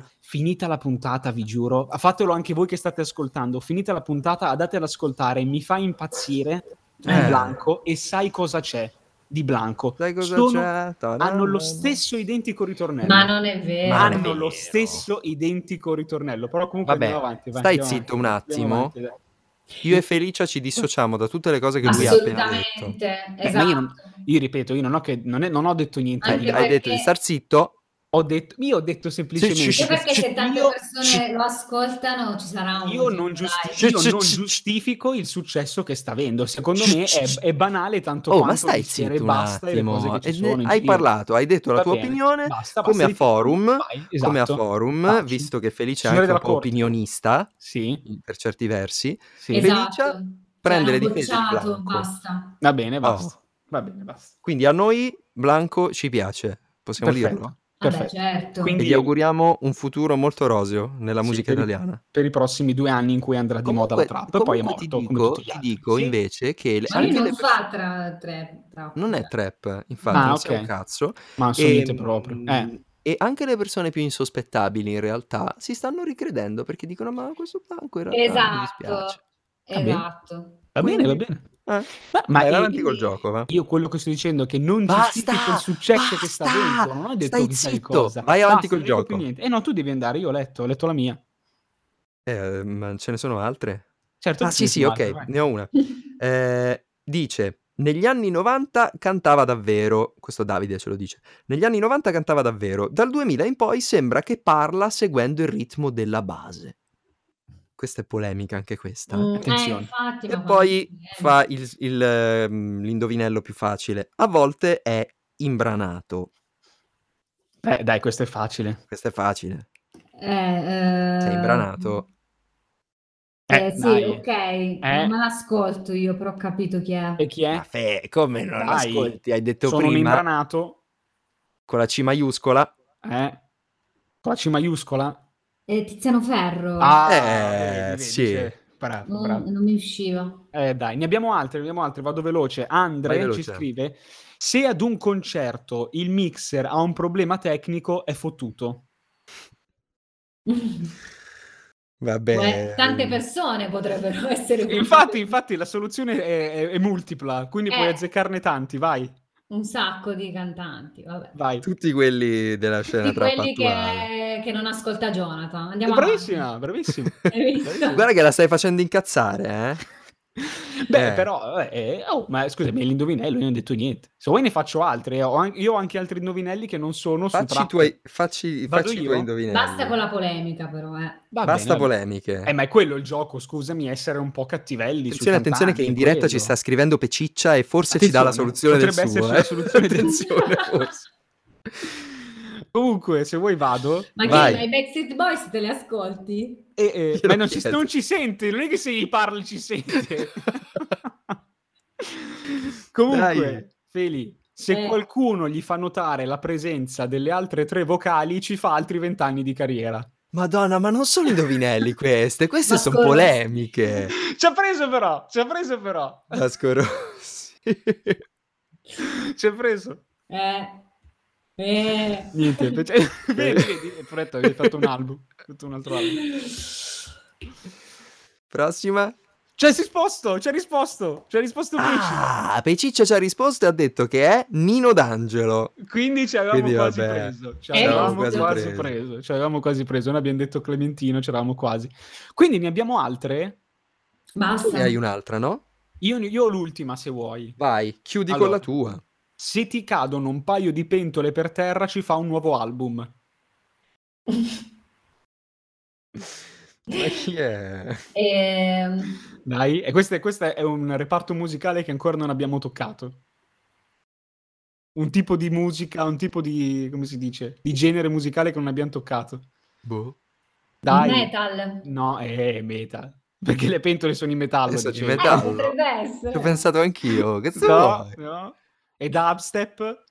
Madonna. vi giuro, fatelo anche voi che state ascoltando, finita la puntata, andate ad ascoltare, mi fa impazzire di Blanco, e sai cosa c'è di Blanco? Sai cosa c'è? Hanno lo stesso identico ritornello. Ma non è vero. Hanno lo stesso identico ritornello, però comunque Vabbè, andiamo avanti. stai zitto un attimo. Dai. Io e Felicia ci dissociamo da tutte le cose che lui ha appena detto. Assolutamente, Ma esatto. io ripeto, io non ho detto niente. Anche Hai detto di star zitto? Io ho detto semplicemente Anche perché se tante persone lo ascoltano ci sarà un io non giustifico il successo che sta avendo. Secondo me è banale tanto quanto ma stai dire zitto un basta e le cose attimo. che ci sono in Hai giro. parlato, hai detto la Va tua bene, opinione, basta, come a ripetiamo. forum, Vai, come a esatto. forum, Taci. visto che Felice è Signore anche un della po' corte. opinionista, Sì. per certi versi, Sì. Felicia Esatto. prende le Cioè, difese di bocciato, Blanco. basta. Va bene, basta. Va bene, basta. Quindi a noi Blanco ci piace, possiamo Perfetto. dirlo? Vabbè, Perfetto. certo. Quindi E gli auguriamo un futuro molto roseo nella musica italiana. Per i prossimi 2 anni in cui andrà di moda la trap, e poi è morto come tutti gli altri. Ti dico Sì. invece che Ma anche lui le non persone... fa trap. Non è trap, infatti, non sia un cazzo. Ma non so niente proprio. E anche le persone più insospettabili in realtà si stanno ricredendo perché dicono ma questo Blanco in realtà mi dispiace. Esatto. Va bene. Ma era avanti col gioco, va? Io quello che sto dicendo è che non giustifico il successo che sta avendo. Non ho detto stai chissà che zitto, cosa. vai avanti col non dico gioco. più niente. No, tu devi andare, io ho letto la mia. Ma ce ne sono altre? Certo. Sì, ok, vai. ne ho una. Dice, negli anni 90 cantava davvero, questo Davide ce lo dice, negli anni 90 cantava davvero, dal 2000 in poi sembra che parla seguendo il ritmo della base. Questa è polemica anche questa. Attenzione. Infatti, E poi fa l'indovinello più facile. A volte è imbranato. Dai, questo è facile. Questo è facile. Sei Sei imbranato? Sì, Dai. ok, non me l'ascolto io, però ho capito chi è. E chi è? Come non Dai, l'ascolti? Hai detto sono un prima imbranato. con la C maiuscola. Con la C maiuscola? Tiziano Ferro. Vedi, sì. cioè, bravo, bravo. Non mi usciva. Dai, ne abbiamo altre, vado veloce. Andre Vai veloce. ci scrive: se ad un concerto il mixer ha un problema tecnico, è fottuto. Vabbè. Tante persone potrebbero essere Infatti la soluzione è multipla, quindi puoi azzeccarne tanti, vai. un sacco di cantanti, vabbè. Vai. Tutti quelli della scena Tutti trap quelli attuale. che non ascolta Jonathan. Andiamo Bravissima, avanti. bravissima. Hai visto? Guarda che la stai facendo incazzare, eh? Beh, però, ma scusami, è l'indovinello, io non ho detto niente. Se vuoi ne faccio altri, io ho anche altri indovinelli che non sono su Facci i tuoi indovinelli. Basta con la polemica, però, Basta polemiche. Ma è quello il gioco, scusami, essere un po' cattivelli. Attenzione che in diretta ci sta scrivendo Peciccia e forse ci dà la soluzione del suo. Potrebbe esserci la soluzione Attenzione, forse. Comunque, se vuoi vado. Ma che i Backstreet Boys te li ascolti? Ma non ci sente, non è che se gli parli ci sente. Comunque, Feli, se qualcuno gli fa notare la presenza delle altre 3 vocali, ci fa altri 20 anni di carriera. Madonna, ma non sono indovinelli queste sono polemiche. Ci ha preso però. Vasco Rossi. Ci ha preso. Niente, vedi, Fretto, avevi fatto un album, tutto un altro album. Prossima. Ci ha risposto Peciccia ci ha risposto e ha detto che è Nino D'Angelo. Quindi ci avevamo quasi preso. Noi abbiamo detto Clementino, ci eravamo quasi. Quindi ne abbiamo altre? Basta. Tu ne hai un'altra, no? Io ho l'ultima, se vuoi. Vai, chiudi con la tua. Se ti cadono un paio di pentole per terra, ci fa un nuovo album. Ma chi è? Dai, e questo è un reparto musicale che ancora non abbiamo toccato. Un tipo di musica, un tipo di, come si dice, di genere musicale che non abbiamo toccato. Boh. Dai. Metal. No, è metal. Perché le pentole sono in metallo. Sono in metallo. Potrebbe essere. Ci ho pensato anch'io. Che no. E dubstep?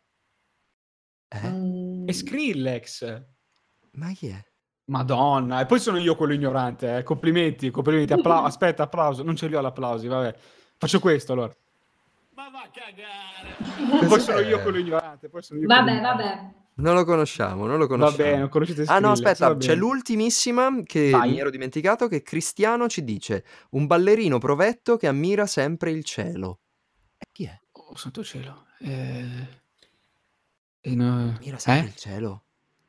Eh? E Skrillex. Ma chi è? Madonna. E poi sono io quello ignorante. Complimenti. Aspetta, applauso. Non ce li ho l'applausi, vabbè. Faccio questo allora. Ma va a cagare. Poi sono io quello ignorante. Vabbè. Non lo conosciamo. Vabbè, non conoscete Skrillex. No, aspetta, c'è l'ultimissima che mi ero dimenticato, che Cristiano ci dice: un ballerino provetto che ammira sempre il cielo. Chi è? Oh, santo cielo. Ammira sempre il cielo.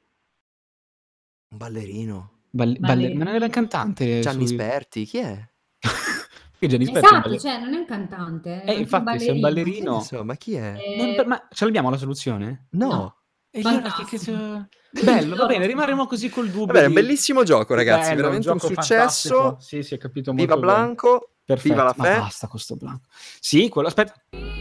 Un ballerino. Ma non era il cantante? Gianni Sperti, chi è? Esatto, cioè non è un cantante. Infatti, se è un ballerino. Ma chi è? Ma ce l'abbiamo la soluzione? No. Bello, va bene, rimarremo così col dubbio. Vabbè, è un bellissimo gioco, ragazzi. Bello, veramente un successo. Fantastico. Sì, si è capito molto. Viva Blanco. Perfetto. Viva la fe. Ma basta con sto Blanco. Sì, quello, aspetta.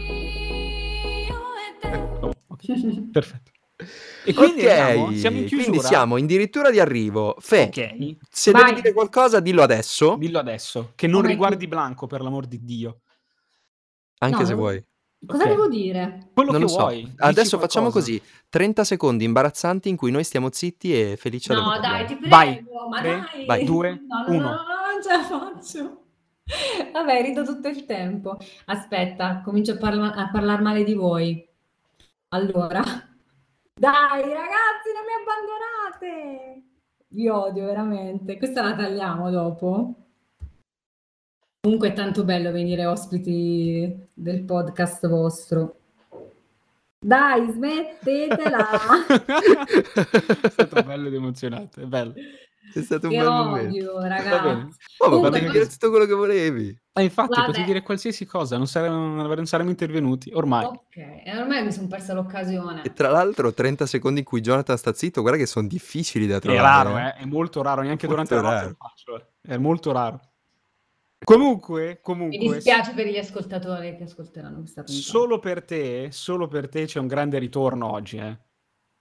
Perfetto. E quindi siamo in chiusura. Quindi siamo addirittura di arrivo. Fe, se Vai. devi dire qualcosa, dillo adesso. Che non riguardi Blanco, per l'amor di Dio. Anche se vuoi. Cosa devo dire? Quello non che lo so. vuoi. Adesso facciamo così: 30 secondi imbarazzanti in cui noi stiamo zitti e Felicia No, dai, ti prego. Vai. Ma 3, dai. vai, 2, 1. No, non ce la faccio. Vabbè, rido tutto il tempo. Aspetta, comincio a parlare male di voi. Allora, dai ragazzi, non mi abbandonate. Vi odio veramente. Questa la tagliamo dopo. Comunque è tanto bello venire ospiti del podcast vostro. Dai, smettetela. È stato bello ed emozionante, è bello. È stato un che bel odio, momento. ragazzi. Va bene. Ma perché hai detto quello che volevi? Infatti, potevi dire qualsiasi cosa, non saremmo intervenuti, ormai. Ok, e ormai mi sono persa l'occasione. E tra l'altro 30 secondi in cui Jonathan sta zitto, guarda che sono difficili da trovare. È raro, è molto raro, neanche molto durante la notte lo faccio. È molto raro. Comunque. Mi dispiace per gli ascoltatori che ascolteranno questa puntata. Solo per te c'è un grande ritorno oggi,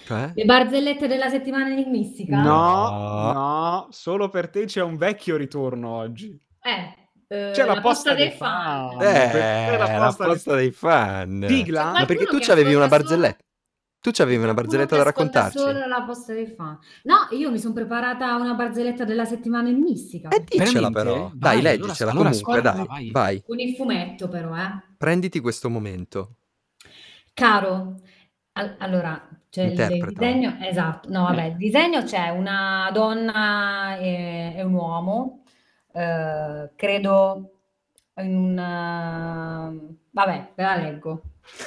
Cioè? Le barzellette della settimana enigmistica? No, solo per te c'è un vecchio ritorno oggi. C'è la La posta dei fan. C'è la La posta posta dei fan. C'è Sigla? Ma perché qualcuno tu che c'avevi una ascolta barzelletta? Tu c'avevi una qualcuno barzelletta che da ascolta raccontarci? solo la posta dei fan. No, io mi sono preparata una barzelletta della settimana enigmistica. Diccela Veramente? però. Dai, Vai, leggicela allora comunque, spara, dai. vai. Vai. Con il fumetto però, Prenditi questo momento. Caro, allora, c'è il Interpretalo. disegno, esatto, no vabbè, il disegno c'è una donna e un uomo, credo in un... vabbè, ve la leggo.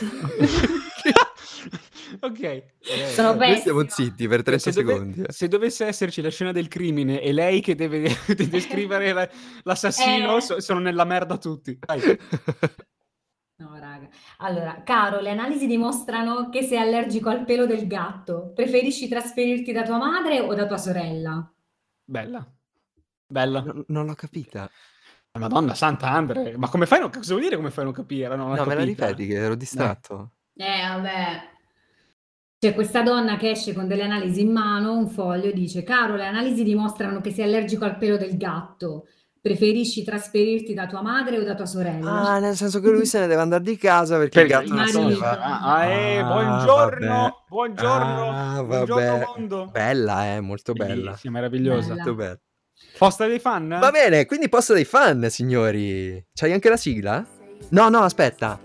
Ok. Sono Noi stiamo pessima. zitti per 30 secondi. Se dovesse esserci la scena del crimine e lei che deve descrivere l'assassino, sono nella merda tutti. Vai. No, raga. Allora, caro, le analisi dimostrano che sei allergico al pelo del gatto. Preferisci trasferirti da tua madre o da tua sorella? Bella. Non l'ho capita. Madonna santa, Andre. Ma come fai? Cosa vuol dire come fai a non capire? Non ho No, me la capita. ripeti che ero distratto. Vabbè. C'è questa donna che esce con delle analisi in mano, un foglio, e dice: Caro, le analisi dimostrano che sei allergico al pelo del gatto. Preferisci trasferirti da tua madre o da tua sorella? Ah, nel senso che lui se ne deve andare di casa perché il gatto non se ne va. Buongiorno, vabbè. buongiorno, buongiorno Vabbè. mondo. Bella, molto bella. Bellissima, meravigliosa. Bella. Molto bella. Posta dei fan? Va bene, quindi posta dei fan, signori. C'hai anche la sigla? No, aspetta.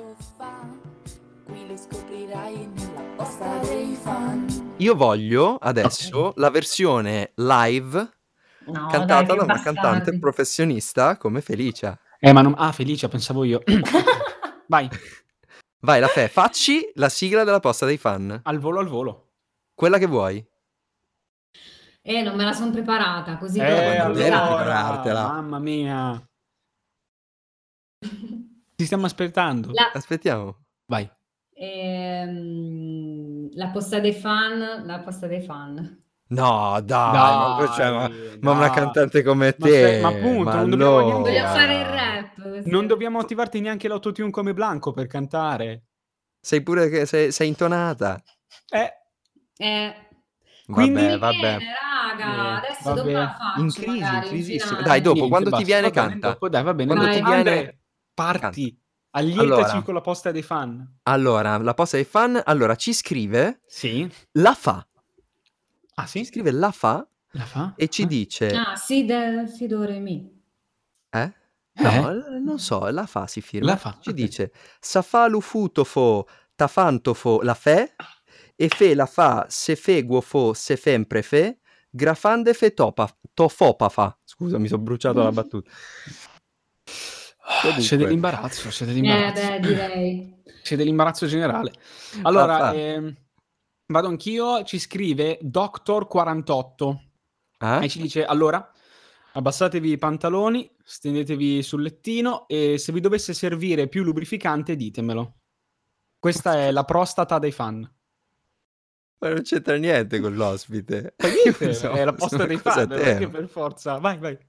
Io voglio adesso la versione live No, cantata dai, che da una cantante bastardi. professionista come Felicia. Ma non... Ah, Felicia, pensavo io. Vai. Vai, la Fe, facci la sigla della posta dei fan. Al volo. Quella che vuoi. Non me la sono preparata, così ma non devi allora... preparartela. Mamma mia. Ti stiamo aspettando. Aspettiamo. Vai. La posta dei fan, No, dai, ma una cantante come te. Ma appunto, non allora... dobbiamo neanche... Voglio fare il rap. Così. Non dobbiamo attivarti neanche l'autotune come Blanco per cantare. Sei pure che sei intonata. Quindi... Vabbè. Raga, adesso dopo la faccio. In crisi, magari, in crisissimo. finale. Dai, dopo, Niente, quando basta. ti viene, Va bene, canta. dopo, dai, va bene. Quando Vai. ti viene... Andre, parti. Canta. Allietaci Allora. con la posta dei fan. Allora, la posta dei fan, allora, ci scrive... Sì. La fa. Ah, sì? Ci scrive la fa La fa? e ci dice... Ah, si do re mi. No, non so, la fa si firma. La fa, Ci ok. dice Safalu futofo tafantofo la fe e fe la fa se feguo fo se fempre fe grafande fe tofopa fa. Scusa, mi sono bruciato la battuta. C'è dell'imbarazzo, Direi. C'è dell'imbarazzo generale. Allora, vado anch'io, ci scrive Doctor48 e ci dice, allora, abbassatevi i pantaloni, stendetevi sul lettino e se vi dovesse servire più lubrificante ditemelo. Questa è la prostata dei fan. Ma non c'entra niente con l'ospite. È la posta dei fan, perché per forza. Vai.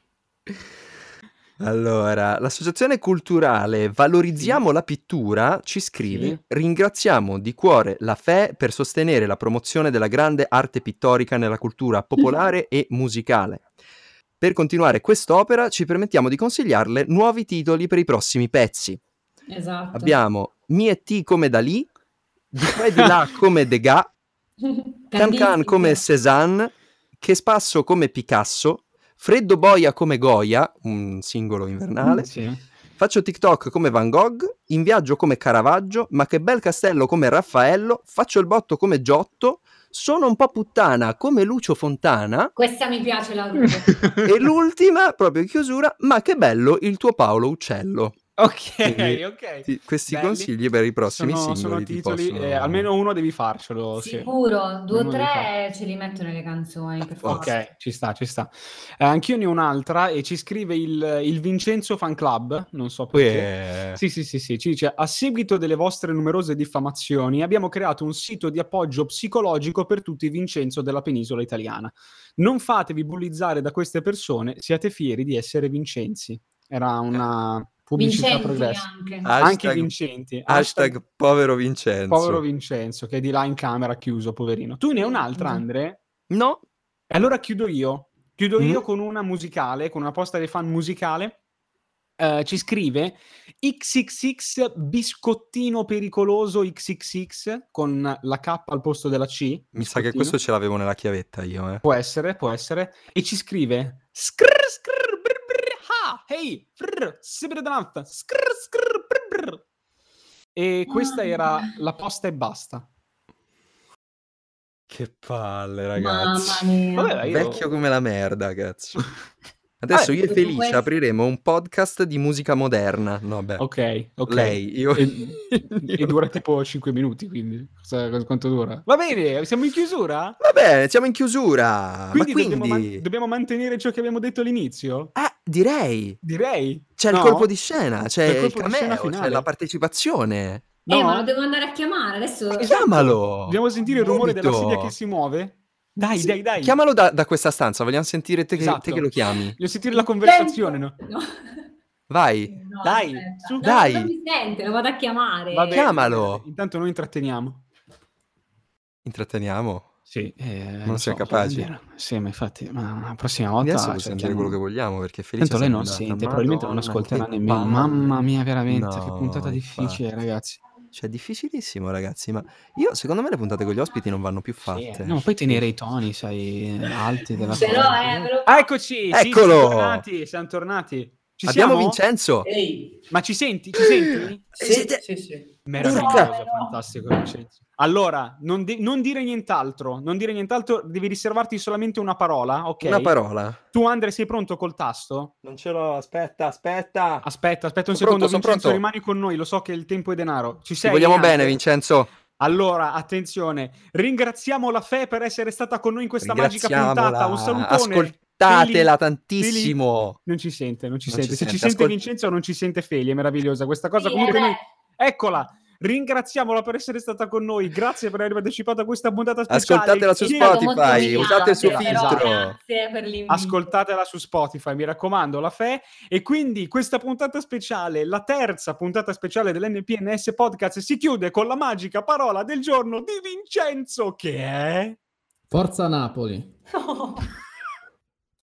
Allora, l'associazione culturale Valorizziamo la pittura ci scrive: ringraziamo di cuore la Fe per sostenere la promozione della grande arte pittorica nella cultura popolare e musicale. Per continuare quest'opera ci permettiamo di consigliarle nuovi titoli per i prossimi pezzi. Esatto. Abbiamo Mi e T come Dalì, Di qua e di là come Degas, Can come Cézanne, Che spasso come Picasso, Freddo boia come Goya, un singolo invernale, Faccio TikTok come Van Gogh, In viaggio come Caravaggio, Ma che bel castello come Raffaello, Faccio il botto come Giotto, Sono un po' puttana come Lucio Fontana. Questa mi piace, la rubo. E l'ultima, proprio in chiusura, Ma che bello il tuo Paolo Uccello. Ok. Questi belli consigli per i prossimi singoli sono titoli, possono... almeno uno devi farcelo. Sicuro, 2 o 3 ce li metto nelle canzoni. Per forza. Ok, ci sta. Anch'io ne ho un'altra e ci scrive il Vincenzo Fan Club, non so perché. Sì, ci dice: a seguito delle vostre numerose diffamazioni abbiamo creato un sito di appoggio psicologico per tutti i Vincenzo della penisola italiana. Non fatevi bullizzare da queste persone, siate fieri di essere Vincenzi. Era una pubblicità Vincenti progressa. anche. Anche vincenti. Hashtag povero Vincenzo. Povero Vincenzo, che è di là in camera chiuso, poverino. Tu ne hai un'altra, Andre? No. E allora chiudo io. Chiudo io con una musicale, con una posta dei fan musicale. Ci scrive XXX biscottino pericoloso XXX con la K al posto della C. Mi sa che questo ce l'avevo nella chiavetta io. Può essere. E ci scrive skrr skrr brr brr ha hey frr sibredanaf skrr skrr brr brr. E questa era la posta e basta. Che palle, ragazzi. Mamma mia. Vabbè, Vecchio come la merda, cazzo. Adesso io e Felice apriremo un podcast di musica moderna. No, beh. Ok. Lei, io... E dura tipo 5 minuti, quindi quanto dura? Va bene, siamo in chiusura? Va bene, siamo in chiusura. Quindi dobbiamo mantenere ciò che abbiamo detto all'inizio? Direi. C'è il colpo di scena, c'è il cameo, c'è la partecipazione. No? Ma lo devo andare a chiamare adesso. Chiamalo. Dobbiamo sentire il rumore della sedia che si muove? Dai. Chiamalo da questa stanza, vogliamo sentire te che lo chiami. Voglio sentire la conversazione, no? Vai. No, dai, su. Dai. Non mi sente, lo vado a chiamare. Vabbè, chiamalo. Intanto noi intratteniamo. Sì. Non siamo capaci. Sì, ma infatti, la prossima volta adesso sentire quello che vogliamo, perché Felice tanto lei non sente, probabilmente non ascolterà nemmeno. Mamma mia, veramente, che puntata difficile, ragazzi. Cioè, difficilissimo, ragazzi, ma secondo me le puntate con gli ospiti non vanno più fatte. Sì, no, poi tenere i toni, sai, alti della Però, Eccoci, eccolo! Siamo tornati. Abbiamo siamo? Vincenzo. Ehi. Ma ci senti? Sì. Meraviglioso, fantastico, Vincenzo. Allora, non dire nient'altro, devi riservarti solamente una parola, ok? Una parola. Tu, Andre, sei pronto col tasto? Non ce l'ho, aspetta un secondo, Vincenzo, rimani con noi, lo so che il tempo è denaro. Ci sei? Ti vogliamo bene, Vincenzo. Allora, attenzione, ringraziamo la Fe per essere stata con noi in questa magica puntata. Un salutone. Ascoltatela tantissimo. Non ci sente. Se ci sente Vincenzo non ci sente Feli, è meravigliosa questa cosa. Comunque noi... Eccola. Ringraziamola per essere stata con noi. Grazie per aver partecipato a questa puntata speciale. Ascoltatela su Spotify, usate il suo filtro. Grazie per l'invito. Ascoltatela su Spotify, mi raccomando, la Fe. E quindi questa puntata speciale, la terza puntata speciale dell'NPNS Podcast, si chiude con la magica parola del giorno di Vincenzo, che è... Forza Napoli. No.